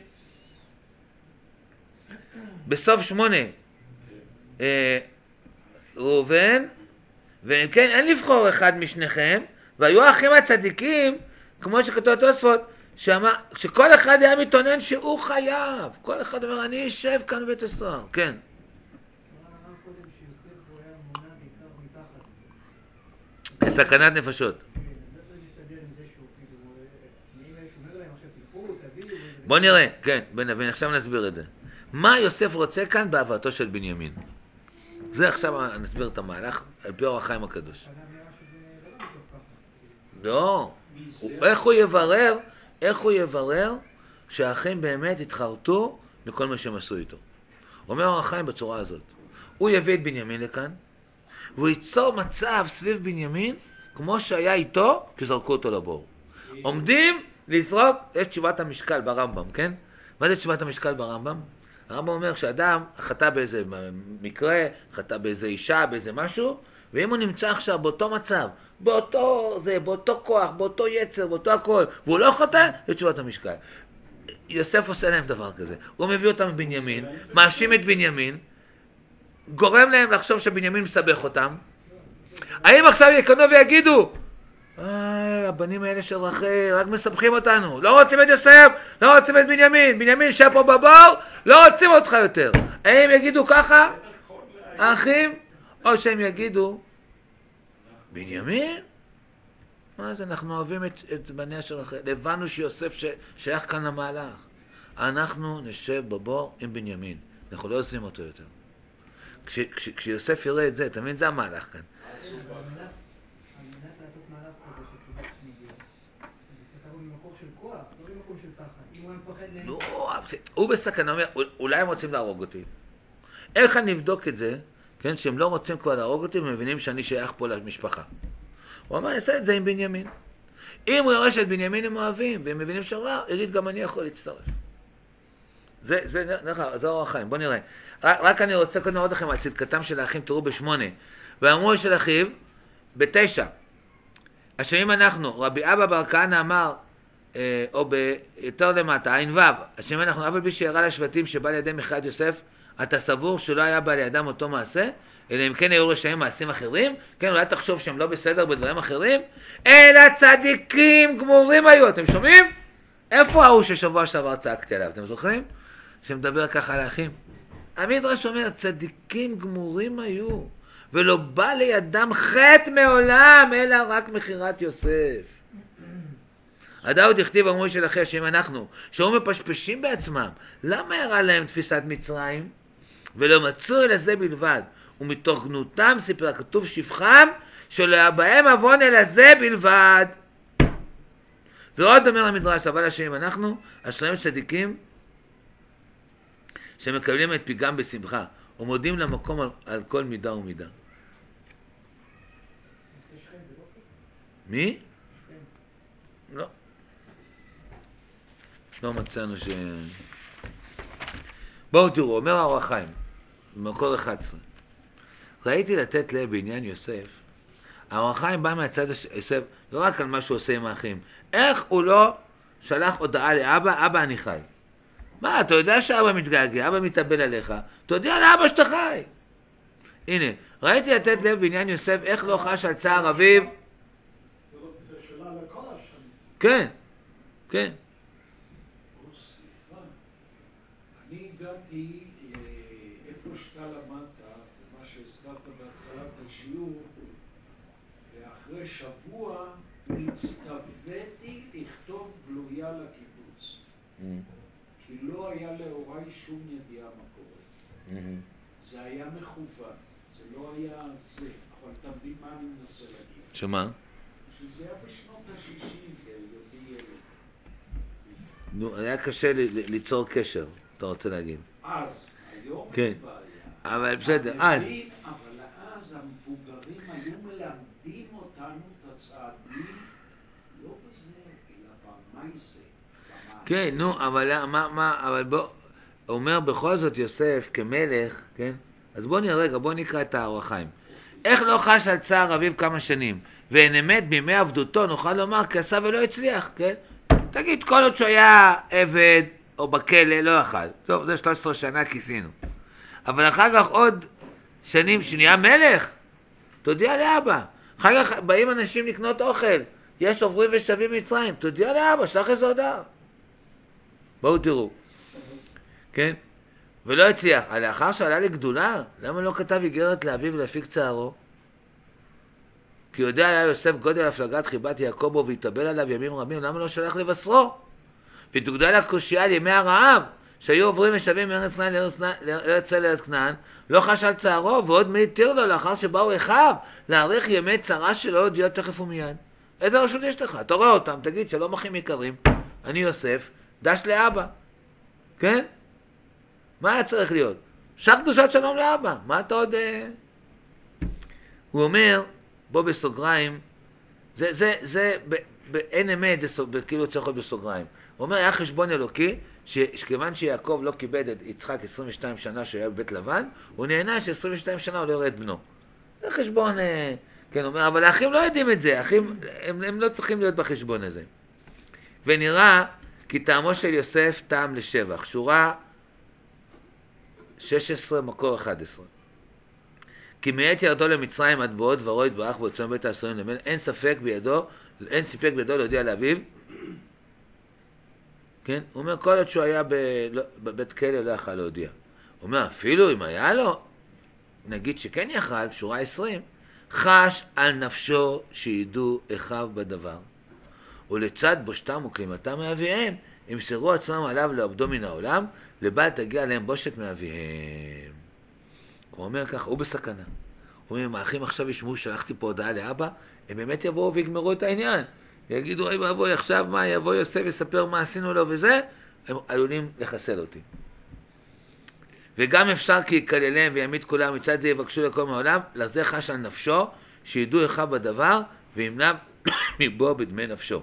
בסוף 8, ראובן, ואם כן, אין לבחור אחד משניכם, והיו האחים הצדיקים, כמו שכתוב תוספות, שכל אחד היה מתאונן שהוא חייב. כל אחד אומר, אני אשב כאן בבית הסוהר. כן. סכנת נפשות. בוא נראה, כן, בנבין, עכשיו נסביר את זה. מה יוסף רוצה כאן בהבאתו של בנימין? זה עכשיו נסביר את המהלך על פי אור החיים הקדוש. לא, איך הוא יברר שהאחים באמת התחרטו מכל מה שהם עשו איתו? אומר אור החיים בצורה הזאת, הוא יביא את בנימין לכאן, והוא ייצור מצב סביב בנימין כמו שהיה איתו כשזרקו אותו לבור. עומדים לזרוק, יש תשובת המשקל ברמב"ם, כן? מה זה תשובת המשקל ברמב"ם? הרמב"ם אומר שאדם חטא באיזה מקרה, חטא באיזה אישה, באיזה משהו, ואם הוא נמצא עכשיו באותו מצב, באותו כוח, באותו יצר, באותו הכל, והוא לא חטא, זה תשובת המשקל. יוסף עושה להם דבר כזה. הוא מביא אותם מבנימין, מאשים את בנימין, גורם להם לחשוב שבנימין מסבך אותם. האם עכשיו יקנו ויגידו, הבנים האלה של רחל רק מסבכים אותנו, לא רוצים את יוסף, לא רוצים את בנימין, בנימין שהיה פה בבור, לא רוצים אותך יותר. האם יגידו ככה? האחים? או שהם יגידו, בנימין? מה זה, אנחנו אוהבים את בניה של רחל. הבנו שיוסף שייך כאן למהלך. אנחנו נשב בבור עם בנימין. אנחנו לא עושים אותו יותר. כשיוסף יראה את זה, תמיד זה המהלך כאן. על מנת לעשות מהלך כזה שתשובה מגיעה, זה צריך לבוא ממקור של כוח, לא ממקום של פחד. אם הוא מפחד להם... לא, הוא בסכנה, אומר, אולי הם רוצים להרוג אותי. איך אני אבדוק את זה, כן, שהם לא רוצים כבר להרוג אותי, הם מבינים שאני שייך פה למשפחה. הוא אמר, אני אעשה את זה עם בנימין. אם הוא יראה שאת בנימין הם אוהבים, והם מבינים שרע, יגיד, גם אני יכול להצטרף. זה אור החיים, בוא נראה. רק אני רוצה קודם לראות לכם על צדקתם של האחים, תראו ב8. ואמרו של אחיו, ב9. השם אנחנו, רבי אבא בר כהנא אמר, או ביותר למטה, עין ו', השם אנחנו, אבל בי שירה לשבטים שבא לידי מיכאל יוסף, אתה סבור שלא היה בא לידם אותו מעשה, אלא אם כן היו רשעים מעשים אחרים, כן, אולי תחשוב שהם לא בסדר בדברים אחרים, אלא צדיקים גמורים היו, אתם שומעים? איפה ההוא ששבוע שעבר צעקתי עליו, אתם זוכרים? שמדבר ככה על האחים. המדרש אומר, צדיקים גמורים היו, ולא בא לידם חטא מעולם, אלא רק מכירת יוסף. הדאוד הכתיב אמרו של אחי השם אנחנו, שהיו מפשפשים בעצמם, למה הראה להם תפיסת מצרים? ולא מצאו אלא זה בלבד, ומתוך גנותם סיפר כתוב שפחם, שלא היה בהם עוון אלא זה בלבד. ועוד אומר המדרש, אבל השם אנחנו, אשריהם צדיקים, שמקבלים את פיגם בשמחה, ומודים למקום על כל מידה ומידה. מי? לא. לא מצאנו ש... בואו תראו, אומר האור החיים, במקור 11. ראיתי לתת לב בעניין יוסף. האור החיים בא מהצד יוסף, לא רק על מה שהוא עושה עם האחים. איך הוא לא שלח הודעה לאבא, אבא אני חי. מה, אתה יודע שאבא מתגעגע, אבא מתאבל עליך, אתה יודע לאבא שאתה חי. הנה, ראיתי לתת לב בעניין יוסף, איך לא חש על צער אביו. זה שאלה לכל השנים. כן, כן. אני הגעתי איפה שאתה למדת, מה שהזכרת בהתחלת השיעור, ואחרי שבוע הצטוויתי לכתוב גלויה לקיבוץ. כי לא היה להוריי שום ידיעה מה קורה. זה היה מכוון, זה לא היה זה, אבל אתה מבין מה אני מנסה להגיד. שמה? שזה היה בשנות ה-60, בהיותי ילד. נו, היה קשה ליצור קשר, אתה רוצה להגיד. אז, היום כן. בעיה. אבל בסדר, אז. אבל אז המבוגרים היו מלמדים אותנו את הצעדים, לא בזה, אלא במעשה. כן, נו, אבל בוא, אומר בכל זאת יוסף כמלך, כן? אז בוא נראה רגע, בוא נקרא את האור החיים. איך לא חש על צער אביו כמה שנים, ואין אמת בימי עבדותו, נוכל לומר כי עשה ולא הצליח, כן? תגיד, כל עוד שהוא היה עבד או בכלא, לא אכל. טוב, זה 13 שנה כיסינו. אבל אחר כך עוד שנים שנהיה מלך, תודיע לאבא. אחר כך באים אנשים לקנות אוכל, יש עוברים ושבים מצרים, תודיע לאבא, שלח איזו הודעה. בואו תראו, כן? ולא הצליח. לאחר שעלה לגדולה, למה לא כתב איגרת לאביו להפיג צערו? כי יודע היה יוסף גודל הפלגת חיבת יעקבו והתאבל עליו ימים רבים, למה לא שלח לבשרו? ותוגדל הקושיה על ימי הרעב, שהיו עוברים ושבים מארץ כנען לארץ כנען, לא חש על צערו, ועוד מי התיר לו לאחר שבאו אחיו להאריך ימי צרה שלו עוד להיות תכף ומיד. איזה רשות יש לך? אתה רואה אותם, תגיד שלום אחים יקרים, אני יוסף, דש לאבא, כן? מה היה צריך להיות? שק קדושת שלום לאבא, מה אתה עוד... הוא אומר, בוא בסוגריים, אין אמת, זה כאילו צריך להיות בסוגריים. הוא אומר, היה חשבון אלוקי, שכיוון שיעקב לא כיבד את יצחק 22 שנה שהיה בבית לבן, הוא נהנה ש22 שנה הוא לא יראה את בנו. זה חשבון, כן, אומר, אבל האחים לא יודעים את זה, האחים, הם לא צריכים להיות בחשבון הזה. ונראה, כי טעמו של יוסף טעם לשבח, שורה 16 מקור 11. כי מעת ירדו למצרים עד באות ורוא יתברך ויוצאו בית האסורים למלך, אין סיפק בידו להודיע לאביו, כן? הוא אומר כל עוד שהוא היה בבית כלא לא יכל להודיע. הוא אומר אפילו אם היה לו, נגיד שכן יכל, בשורה 20, חש על נפשו שידעו אחיו בדבר, ולצד בושתם וכלימתם מאביהם, ימסרו עצמם עליו לעבדו מן העולם, לבל תגיע להם בושת מאביהם. הוא אומר כך, הוא בסכנה. הוא אומר, אם האחים עכשיו ישמעו, שלחתי פה הודעה לאבא, הם באמת יבואו ויגמרו את העניין. יגידו, אוי ואבוי, עכשיו מה, יבוא יוסף ויספר מה עשינו לו וזה, הם עלולים לחסל אותי. וגם אפשר כי יקללם ויעמיד כולם, מצד זה יבקשו לכל מהעולם, לזה חש על נפשו, שידעו אחיו בדבר, וימנע מבוא בדמי נפשו.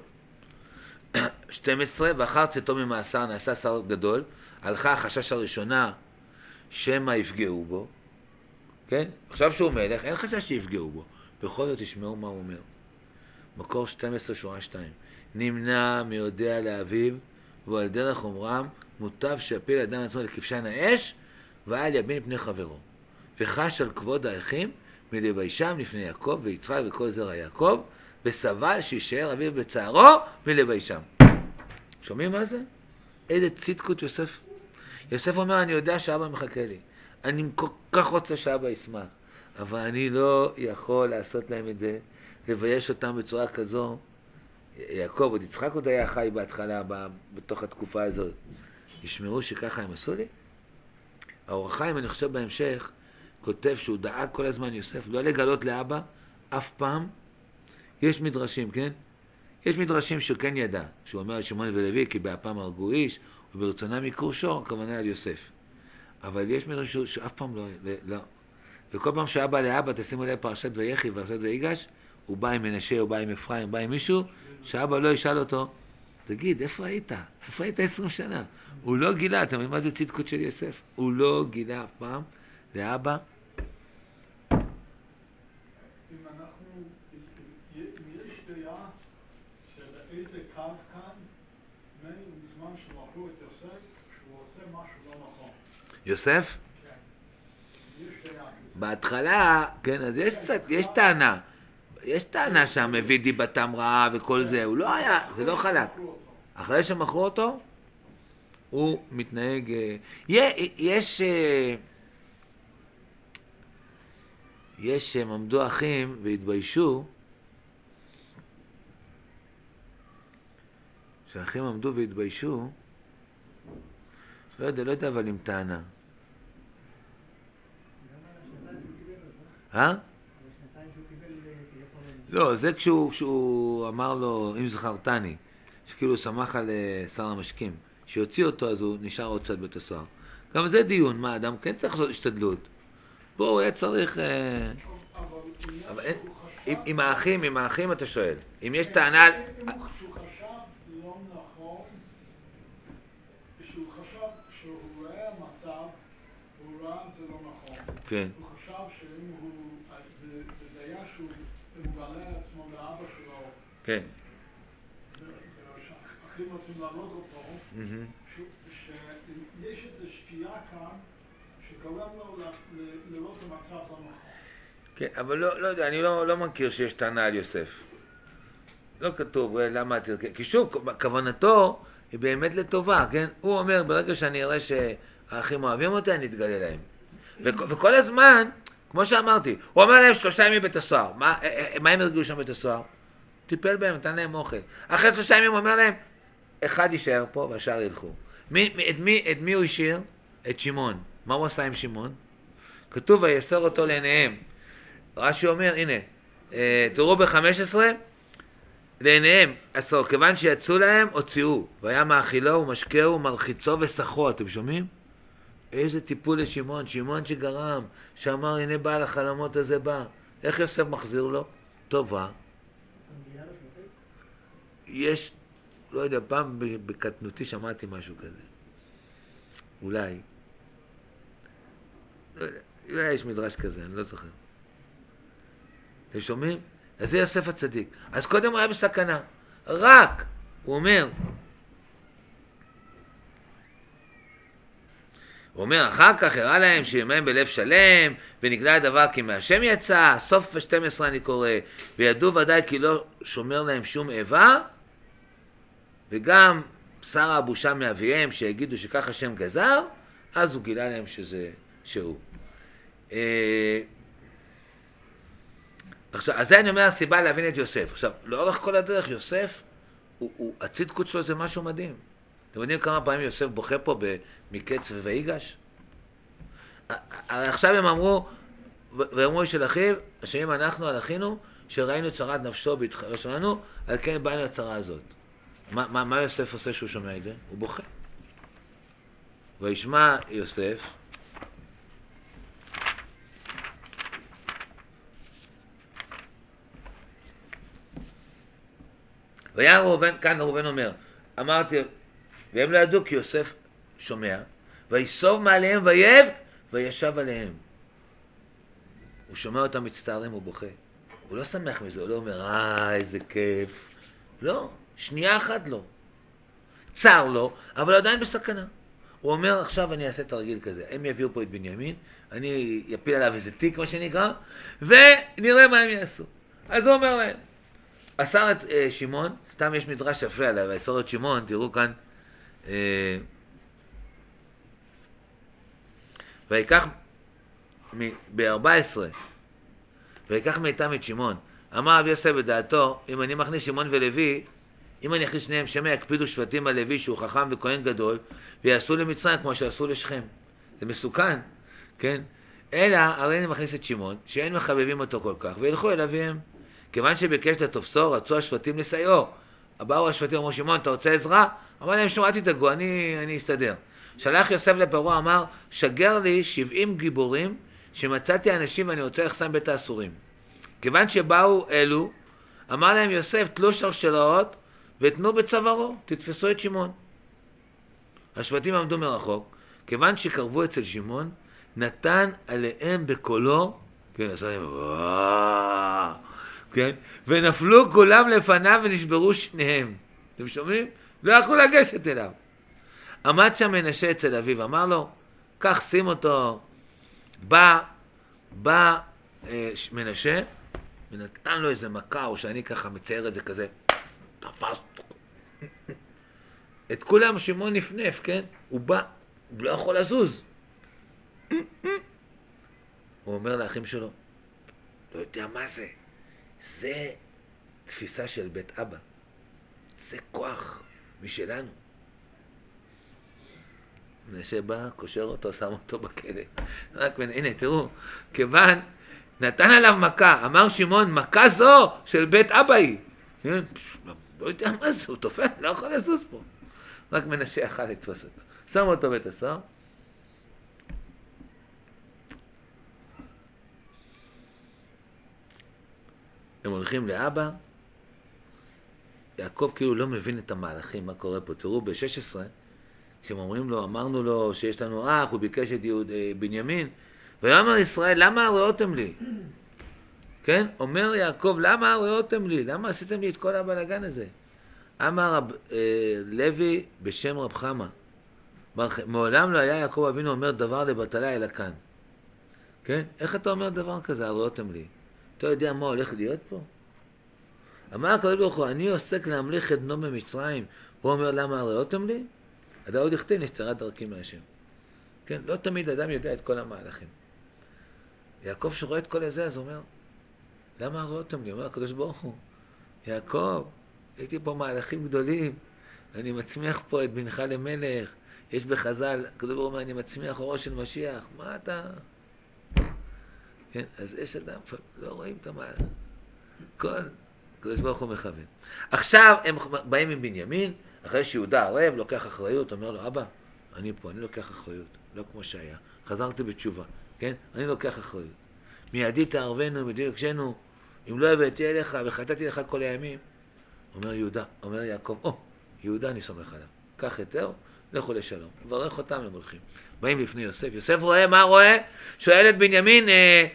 12, ואחר צאתו ממאסר נעשה שר גדול, הלכה החשש הראשונה, שמא יפגעו בו, כן? עכשיו שהוא מלך, אין חשש שיפגעו בו. בכל זאת תשמעו מה הוא אומר. מקור 12 שורה 2. נמנע מיודע לאביו, ועל דרך אומרם, מוטב שיפיל אדם עצמו לכבשן האש, ועל יבין פני חברו. וחש על כבוד האחים, מלביישם לפני יעקב ויצחק וכל זרע יעקב, וסבל שישאר אביו בצערו מלביישם. שומעים מה זה? איזה צדקות יוסף. יוסף אומר, אני יודע שאבא מחכה לי. אני כל כך רוצה שאבא ישמח, אבל אני לא יכול לעשות להם את זה, לבייש אותם בצורה כזו. יעקב עוד יצחק עוד היה חי בהתחלה, בתוך התקופה הזאת. ישמעו שככה הם עשו לי? האור החיים, אני חושב בהמשך, כותב שהוא דאג כל הזמן יוסף, לא לגלות לאבא אף פעם. יש מדרשים, כן? יש מדרשים שהוא כן ידע, שהוא אומר על שמעון ולוי, כי באפם הרגו איש, וברצונם יקרו שור, הכוונה על יוסף. אבל יש מדרשים שאף פעם לא. וכל פעם שאבא לאבא, תשימו לב פרשת ויחי ופרשת ויגש, הוא בא עם מנשה, הוא בא עם אפרים, הוא בא עם מישהו, שאבא לא ישאל אותו, תגיד, איפה היית? איפה היית 20 שנה? הוא לא גילה, אתם יודעים מה זה צדקות של יוסף? הוא לא גילה אף פעם לאבא. אם יש דעה שבאיזה קו כאן, מזמן שמחרו את יוסף, שהוא עושה משהו לא נכון. יוסף? כן. יש דעה. בהתחלה, כן, אז יש טענה. יש טענה שם, מביא דיבתם רעה וכל זה, הוא לא היה, זה לא חלק. אחרי שמכרו אותו, הוא מתנהג... יש שהם עמדו אחים והתביישו, שהאחים עמדו והתביישו, לא יודע, אבל עם טענה. לא, זה כשהוא אמר לו, אם זכרתני, שכאילו הוא שמח על שר המשקים, שיוציא אותו אז הוא נשאר עוד קצת בית הסוהר. גם זה דיון, מה, אדם כן צריך לעשות השתדלות. בואו, הוא היה צריך... אבל עם האחים אתה שואל. אם יש טענה... אם הוא חשב לא נכון, כשהוא חשב שהוא רואה מצב, הוא ראה את זה לא נכון. כן. הוא חשב שאם הוא... בדעה שהוא מגלה עצמו לאבא שלו, כן. שהאחים רוצים להרוג אותו, שיש איזו שקיעה כאן שגורם לו לראות המצב לא נכון. כן, אבל לא יודע, אני לא מכיר שיש טענה על יוסף. לא כתוב, למה תראה? כי שוב, כוונתו היא באמת לטובה, כן? הוא אומר, ברגע שאני אראה שהאחים אוהבים אותי, אני אתגלה להם. וכל הזמן, כמו שאמרתי, הוא אומר להם 3 ימים בית הסוהר. מה הם הרגעו שם בית הסוהר? טיפל בהם, נתן להם אוכל. אחרי 3 ימים הוא אומר להם, אחד יישאר פה והשאר ילכו. את מי הוא השאיר? את שמעון. מה הוא עשה עם שמעון? כתוב, ויסר אותו לעיניהם. רש"י אומר, הנה, תראו ב-15, לעיניהם, כיוון שיצאו להם, הוציאו. והיה מאכילו ומשקהו ומרחיצו ושחו. אתם שומעים? איזה טיפול לשמעון, שמעון שגרם, שאמר, הנה בעל החלומות הזה בא. איך יוסף מחזיר לו? טובה. יש, לא יודע, פעם בקטנותי שמעתי משהו כזה. אולי. לא יודע, אולי יש מדרש כזה, אני לא זוכר. אתם שומעים? אז זה יוסף הצדיק. אז קודם הוא היה בסכנה. רק, הוא אומר, אחר כך הראה להם שימיהם בלב שלם, ונגלה הדבר כי מהשם יצא, סוף 12 אני קורא, וידעו ודאי כי לא שומר להם שום איבה, וגם שר הבושה מאביהם שיגידו שכך השם גזר, אז הוא גילה להם שהוא. עכשיו, אז זה אני אומר הסיבה להבין את יוסף. עכשיו, לאורך כל הדרך יוסף, הצדקות שלו זה משהו מדהים. אתם יודעים כמה פעמים יוסף בוכה פה מקץ ויגש? עכשיו הם אמרו, ואמרו של אחיו, אשמים אנחנו על אחינו, שראינו צרת נפשו בהתחלה שלנו, על כן באנו לצרה הזאת. מה יוסף עושה שהוא שומע את זה? הוא בוכה. וישמע יוסף, והיה ראובן, כאן ראובן אומר, אמרתי, והם לא ידעו כי יוסף שומע, ויסוב מעליהם ויבך, וישב עליהם. הוא שומע אותם מצטערים, הוא בוכה. הוא לא שמח מזה, הוא לא אומר, איזה כיף. לא, שנייה אחת לא. צר לו, אבל עדיין בסכנה. הוא אומר, עכשיו אני אעשה תרגיל כזה. הם יביאו פה את בנימין, אני אפיל עליו איזה תיק, מה שנקרא, ונראה מה הם יעשו. אז הוא אומר להם, אסר את שמעון, סתם יש מדרש יפה עליו, אסר את שמעון, תראו כאן, ויקח ב-14, ויקח מאיתם את שמעון. אמר רבי יוסף בדעתו, אם אני מכניס שמעון ולוי, אם אני אכניס שניהם, שמא יקפידו שבטים על לוי שהוא חכם וכהן גדול, ויעשו למצרים כמו שעשו לשכם. זה מסוכן, כן? אלא, הרי אני מכניס את שמעון, שאין מחבבים אותו כל כך, וילכו אל אביהם. כיוון שביקש לתופסו, רצו השבטים לסייעו. באו השבטים, אמרו שמעון, אתה רוצה עזרה? אמר להם, שמעו, אל תדאגו, אני אסתדר. שלח יוסף לפרעה, אמר, שגר לי 70 גיבורים, שמצאתי אנשים ואני רוצה לחסם בית האסורים. כיוון שבאו אלו, אמר להם יוסף, תלו שרשראות ותנו בצווארו, תתפסו את שמעון. השבטים עמדו מרחוק, כיוון שקרבו אצל שמעון, נתן עליהם בקולו, כן, עשה להם, וואו, כן, ונפלו כולם לפניו ונשברו שניהם. אתם שומעים? לא יכלו לגשת אליו. עמד שם מנשה אצל אביו, אמר לו, כך שים אותו, בא מנשה, ונתן לו איזה מכה, או שאני ככה מצייר את זה כזה, תפס, את כולם שמעון נפנף, כן? הוא בא, הוא לא יכול לזוז. הוא אומר לאחים שלו, לא יודע מה זה, זה תפיסה של בית אבא, זה כוח משלנו. מנשה בא, קושר אותו, שם אותו בכלא. רק הנה, תראו, כיוון נתן עליו מכה, אמר שמעון, מכה זו של בית אבא היא. לא יודע מה זה, הוא תופל, לא יכול לזוז פה. רק מנשה יכל לתפוס אותו. שם אותו בית הסוהר. הם הולכים לאבא. יעקב כאילו לא מבין את המהלכים, מה קורה פה. תראו, ב-16, כשהם אומרים לו, אמרנו לו שיש לנו אח, הוא ביקש את בנימין, ואמר ישראל, למה הראותם לי? כן? אומר יעקב, למה הראותם לי? למה עשיתם לי את כל הבלגן הזה? אמר לוי בשם רב חמה, מעולם לא היה יעקב אבינו אומר דבר לבטלה אלא כאן. כן? איך אתה אומר דבר כזה, הראותם לי? אתה יודע מה הולך להיות פה? אמר הקדוש ברוך הוא, אני עוסק להמליך את בנו במצרים, הוא אומר, למה הראותם לי? הדאוד יכתין, נסתרה דרכי מהשם. כן, לא תמיד אדם יודע את כל המהלכים. יעקב שרואה את כל הזה, אז הוא אומר, למה הראותם לי? אומר הקדוש ברוך הוא, יעקב, הייתי פה מהלכים גדולים, אני מצמיח פה את בנך למלך, יש בחז"ל, הקדוש ברוך הוא אומר, אני מצמיח אורו של משיח, מה אתה? כן, אז יש אדם, לא רואים את המהלך. כל, הקדוש ברוך הוא מכוון. עכשיו הם באים עם בנימין, אחרי שיהודה ערב, לוקח אחריות, אומר לו, אבא, אני פה, אני לוקח אחריות, לא כמו שהיה. חזרתי בתשובה, כן? אני לוקח אחריות. מידי תערבנו, מידי יקשנו, אם לא הבאתי אליך וחטאתי לך כל הימים. אומר יהודה, אומר יעקב, יהודה אני סומך עליו. קח היתר, לכו לשלום. מברך אותם, הם הולכים. באים לפני יוסף. יוסף רואה, מה רואה? שואל את בנימין,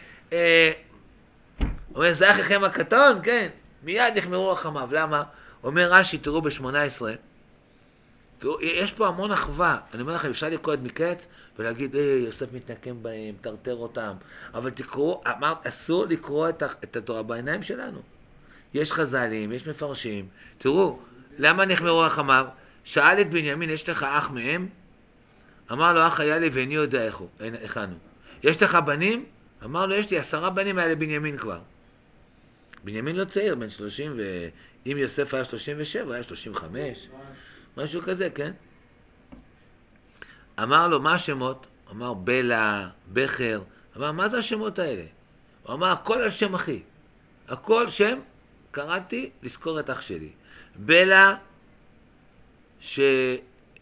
אומר, זה אחיכם הקטון? כן. מיד נחמרו רחמיו. למה? אומר רש"י, תראו ב-18, תראו, יש פה המון אחווה. אני אומר לכם, אפשר לקרוא את מקץ ולהגיד, יוסף מתנקם בהם, תרתר אותם. אבל תקראו, אסור לקרוא את התורה בעיניים שלנו. יש חז"לים, יש מפרשים. תראו, למה נחמרו רחמיו? שאל את בנימין, יש לך אח מהם? אמר לו, אח היה לי ואיני יודע איך אנו. יש לך בנים? אמר לו, יש לי 10 בנים, היה לבנימין כבר. בנימין לא צעיר, בן 30, ואם יוסף היה 37, היה 35, משהו כזה, כן? אמר לו, מה השמות? אמר, בלה, בכר. אמר, מה זה השמות האלה? הוא אמר, הכל על שם אחי. הכל שם, קראתי לזכור את אח שלי. בלה, שנבלה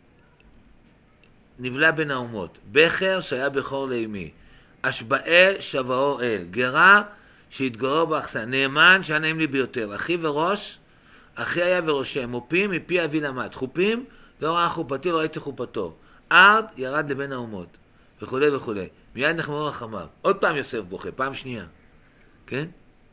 בין האומות. בכר, שהיה בכור לאמי. אשבאל, שבאו אל. גרה, שהתגורר באכסניה. נאמן, שהיה נעים לי ביותר. אחי וראש, אחי היה וראשם. מופים, מפי אבי למד. חופים, לא ראה חופתי, לא ראיתי חופתו. ארד, ירד לבין האומות. וכו' וכו'. מיד נחמרו רחמיו. עוד פעם יוסף בוכה, פעם שנייה. כן?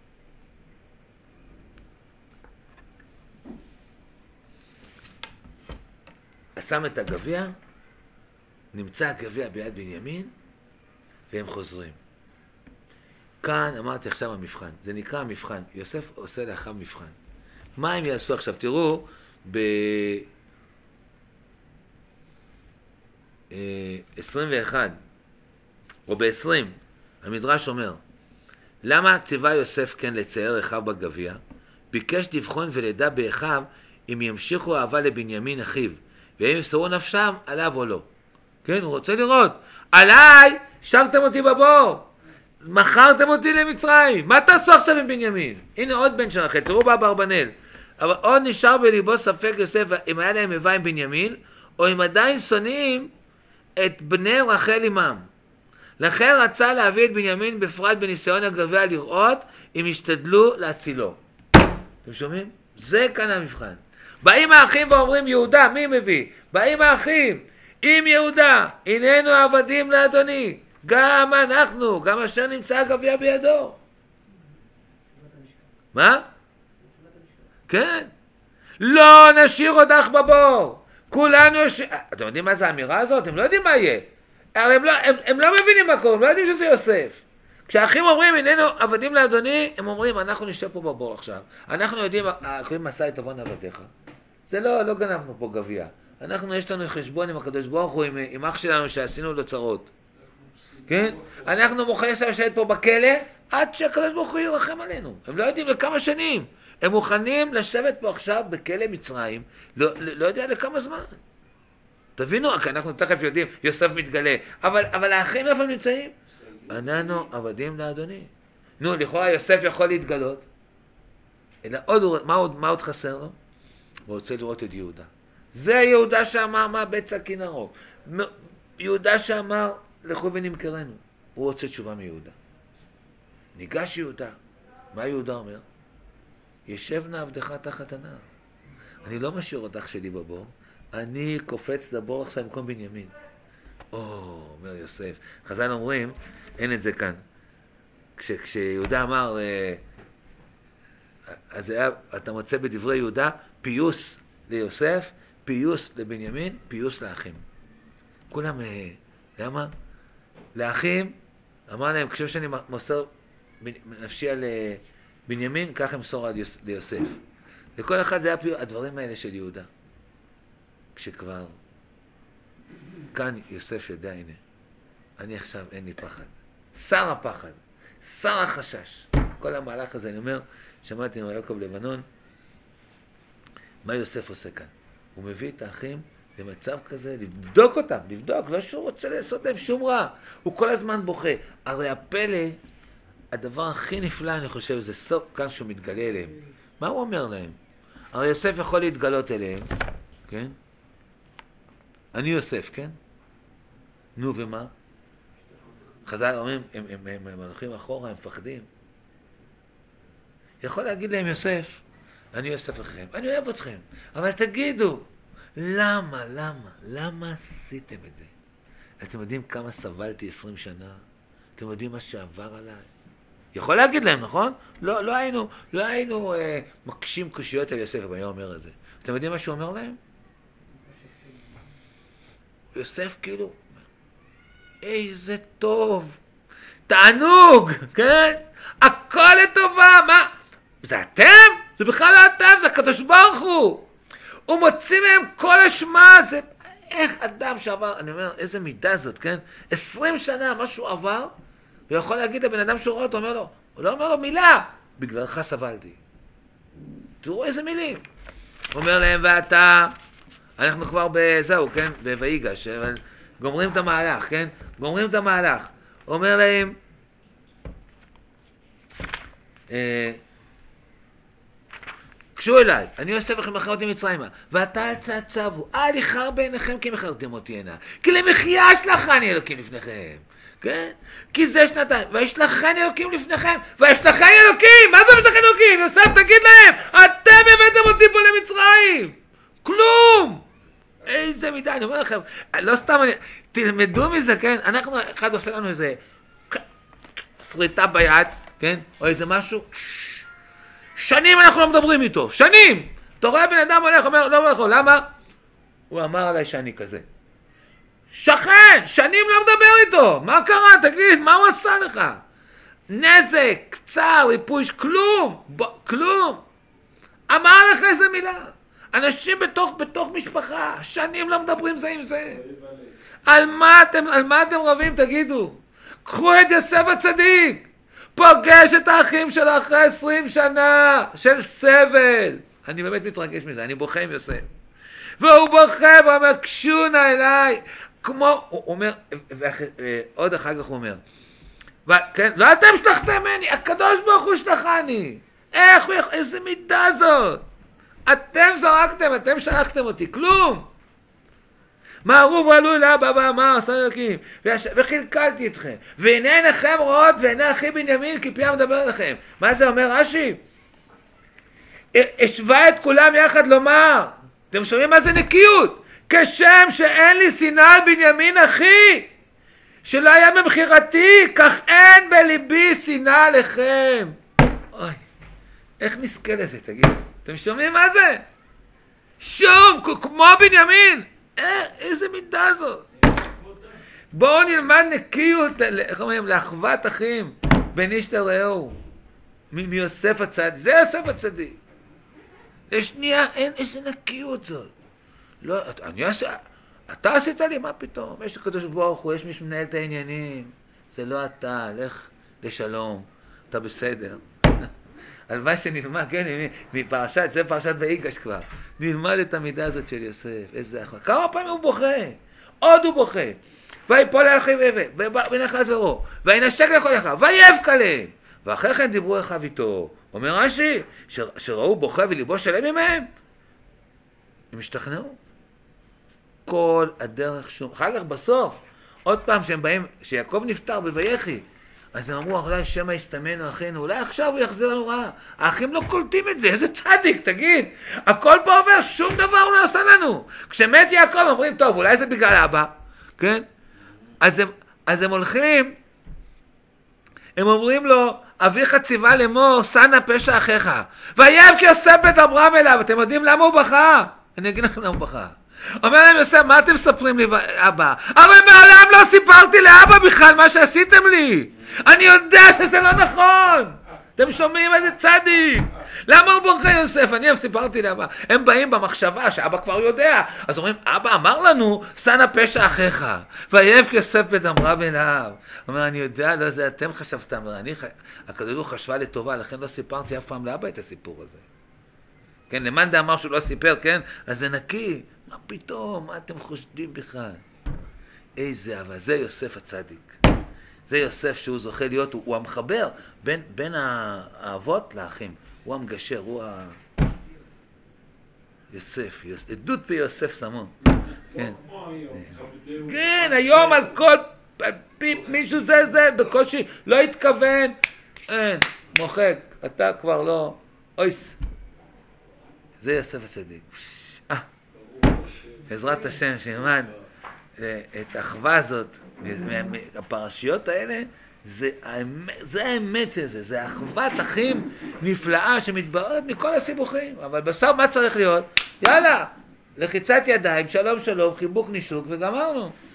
שם את הגביע, נמצא הגביע ביד בנימין, והם חוזרים. כאן אמרתי עכשיו המבחן, זה נקרא המבחן. יוסף עושה לאחיו מבחן. מה הם יעשו עכשיו? תראו, ב-21 או ב-20, המדרש אומר, למה ציווה יוסף כן לצייר אחיו בגביע? ביקש לבחון ולדע באחיו אם ימשיכו אהבה לבנימין אחיו, ואם ימסרו נפשם עליו או לא. כן, הוא רוצה לראות. עליי שרתם אותי בבור, מכרתם אותי למצרים, מה תעשו עכשיו עם בנימין? הנה עוד בן שלכם, תראו באברבנאל. אבל עוד נשאר בליבו ספק יוסף אם היה להם איבה עם בנימין, או אם עדיין שונאים את בני רחל עמם. לכן רצה להביא את בנימין בפרט בניסיון הגביע לראות אם ישתדלו להצילו. אתם שומעים? זה כאן המבחן. באים האחים ואומרים יהודה, מי מביא? באים האחים עם יהודה, הננו עבדים לאדוני, גם אנחנו, גם אשר נמצא הגביע בידו. מה? כן. לא נשאיר אותך בבור. כולנו אתם יודעים מה זה האמירה הזאת? הם לא יודעים מה יהיה. הם לא מבינים מה קורה, הם לא יודעים שזה יוסף. כשהאחים אומרים, הננו עבדים לאדוני, הם אומרים, אנחנו נשב פה בבור עכשיו. אנחנו יודעים, קוראים מסע את עוון עבדיך. זה לא גנבנו פה גביע. יש לנו חשבון עם הקדוש ברוך הוא, עם אח שלנו שעשינו לו צרות. כן? אנחנו מוכנים לשבת פה בכלא, עד שהקדוש ברוך הוא ירחם עלינו. הם לא יודעים לכמה שנים. הם מוכנים לשבת פה עכשיו בכלא מצרים, לא יודע לכמה זמן. תבינו, אנחנו תכף יודעים, יוסף מתגלה. אבל האחים איפה נמצאים? אננו עבדים לאדוני. נו, לכאורה יוסף יכול להתגלות. אלא מה עוד חסר לו? הוא רוצה לראות את יהודה. זה יהודה שאמר מה בית סכין ארוך. יהודה שאמר לכו ונמכרנו. הוא רוצה תשובה מיהודה. ניגש יהודה. מה יהודה אומר? ישב נא עבדך תחת הנער. אני לא משאיר אותך שלי בבור. אני קופץ לבור עכשיו במקום בנימין. אומר יוסף. חז"ל אומרים, אין את זה כאן. כשיהודה אמר, אז אתה מוצא בדברי יהודה, פיוס ליוסף, פיוס לבנימין, פיוס לאחים. כולם, למה? לאחים, אמר להם, כשאני מוסר נפשי על בנימין, כך אמסור ליוסף. לכל אחד זה היה הדברים האלה של יהודה. כשכבר, כאן יוסף יודע, הנה, אני עכשיו אין לי פחד. שר הפחד, שר החשש. כל המהלך הזה, אני אומר, שמעתי עם יעקב לבנון, מה יוסף עושה כאן? הוא מביא את האחים למצב כזה, לבדוק אותם, לא שהוא רוצה לעשות להם שום רע. הוא כל הזמן בוכה. הרי הפלא, הדבר הכי נפלא, אני חושב, זה סוף כאן שהוא מתגלה אליהם. מה הוא אומר להם? הרי יוסף יכול להתגלות אליהם, כן? אני יוסף, כן? נו, ומה? חז"ל אומרים, הם הולכים אחורה, הם מפחדים. יכול להגיד להם יוסף, אני יוסף אחריכם, אני אוהב אתכם, אבל תגידו, למה עשיתם את זה? אתם יודעים כמה סבלתי 20 שנה? אתם יודעים מה שעבר עליי? יכול להגיד להם, נכון? לא היינו מקשים קושיות על יוסף, אבל היה אומר את זה. אתם יודעים מה שהוא אומר להם? יוסף כאילו, איזה טוב, תענוג, כן? הכל לטובה, מה? זה אתם? זה בכלל לא אתם, זה הקדוש ברוך הוא. הוא מוציא מהם כל אשמה, זה... איך אדם שעבר, אני אומר, איזה מידה זאת, כן? 20 שנה, משהו עבר, הוא יכול להגיד לבן אדם שהוא רואה אותו, אומר לו, הוא לא אומר לו מילה, בגללך סבלתי. תראו איזה מילים. הוא אומר להם, ואתה, אנחנו כבר בזהו, כן, בויגש, אבל גומרים את המהלך, כן, גומרים את המהלך. הוא אומר להם, קשו אליי, אני אוסף לכם מכרתי מצרימה, ואתה צעצבו, אל יכר בעיניכם כי מכרתם אותי הנה, כי למחיה אשלחני אלוקים לפניכם, כן? כי זה שנתיים, וישלחני אלוקים לפניכם, וישלחני אלוקים, מה זה משלחני אלוקים? יוסף תגיד להם, אתם הבאתם אותי פה למצרים, כלום! איזה מידה, אני אומר לכם, לא סתם, תלמדו מזה, כן? אנחנו, אחד עושה לנו איזה שריטה ביד, כן? או איזה משהו, שנים אנחנו לא מדברים איתו, שנים! אתה רואה בן אדם הולך, אומר, לא הולך, למה? הוא אמר עליי שאני כזה. שכן, שנים לא מדבר איתו, מה קרה? תגיד, מה הוא עשה לך? נזק, צער, ריפוי, כלום, כלום. אמר לך איזה מילה. אנשים בתוך משפחה, שנים לא מדברים זה עם זה. על מה אתם רבים, תגידו? קחו את יוסף הצדיק. פוגש את האחים שלו אחרי 20 שנה של סבל. אני באמת מתרגש מזה, אני בוכה עם יוסף. והוא בוכה ואומר, קשו נא אליי. כמו, הוא אומר, עוד אחר כך הוא אומר, כן, לא אתם שלחתם ממני, הקדוש ברוך הוא שלחני. איך הוא יכול, איזה מידה זאת? אתם זרקתם, אתם שלחתם אותי, כלום. מהרו ועלו אל אבא ואמר, עשה אלוקים, וחלקלתי אתכם, והנה עיניכם רואות, ועיני אחי בנימין, כי פיה מדבר אליכם. מה זה אומר רש"י? השווה את כולם יחד לומר, אתם שומעים מה זה נקיות? כשם שאין לי שנאה על בנימין אחי, שלא היה מבחירתי, כך אין בליבי שנאה עליכם. אוי, איך נזכה לזה, תגידו? אתם שומעים מה זה? שום, כמו בנימין. איזה מידה זאת? בואו נלמד נקיות, איך אומרים, לאחוות אחים, בין איש לרעהו, מיוסף הצדיק, זה יוסף הצדיק. לשנייה, אין איזה נקיות זאת. לא, אתה עשית לי, מה פתאום? יש לקדוש ברוך הוא, יש מי שמנהל את העניינים. זה לא אתה, לך לשלום, אתה בסדר. הלוואי שנלמד, כן, מפרשת, זה פרשת ויגש כבר. נלמד את המידה הזאת של יוסף, איזה אחווה. כמה פעמים הוא בוכה? עוד הוא בוכה. ויפול על אחיו ונחלץ דברו, וינשק לכל אחיו, ויבכה להם. ואחרי כן דיברו אחיו איתו. אומר רש"י, שראו בוכה וליבו שלם ממהם, הם השתכנעו. כל הדרך שום. אחר כך בסוף, עוד פעם שהם באים, שיעקב נפטר בויחי, אז הם אמרו, אולי שמא יסתמנו אחינו, אולי עכשיו הוא יחזיר לנו רעה. האחים לא קולטים את זה, איזה צדיק, תגיד. הכל פה עובר, שום דבר הוא לא עשה לנו. כשמת יעקב אומרים, טוב, אולי זה בגלל אבא, כן? אז הם הולכים, הם אומרים לו, אביך ציווה לאמור, שא נא פשע אחיך. ויבך יוסף בית אברהם אליו. אתם יודעים למה הוא בכה? אני אגיד לכם למה הוא בכה. אומר להם יוסף, מה אתם מספרים לי אבא? אבל מעולם לא סיפרתי לאבא בכלל מה שעשיתם לי. אני יודע שזה לא נכון. אתם שומעים איזה צדיק? למה הוא בוכה יוסף? אני סיפרתי לאבא. הם באים במחשבה שאבא כבר יודע. אז אומרים, אבא אמר לנו, שא נא פשע אחיך. ויבך יוסף בית אברהם אליו. אומר, אני יודע, לא זה אתם חשבתם. הקדוש ברוך הוא חשבה לטובה, לכן לא סיפרתי אף פעם לאבא את הסיפור הזה. כן, למאן דאמר שהוא לא סיפר, כן? אז זה נקי. מה פתאום? מה אתם חושדים בכלל? איזה אהבה, זה יוסף הצדיק. זה יוסף שהוא זוכה להיות, הוא המחבר בין האבות לאחים. הוא המגשר, הוא יוסף, עדות ביוסף סמון. כן. כן, היום על כל מישהו זה, בקושי לא התכוון. אין, מוחק, אתה כבר לא. אויס. זה יוסף הצדיק. בעזרת השם שנלמד את האחווה הזאת, הפרשיות האלה, זה האמת של זה, זה אחוות אחים נפלאה שמתבררת מכל הסיבוכים. אבל בסוף מה צריך להיות? יאללה, לחיצת ידיים, שלום שלום, חיבוק נישוק וגמרנו.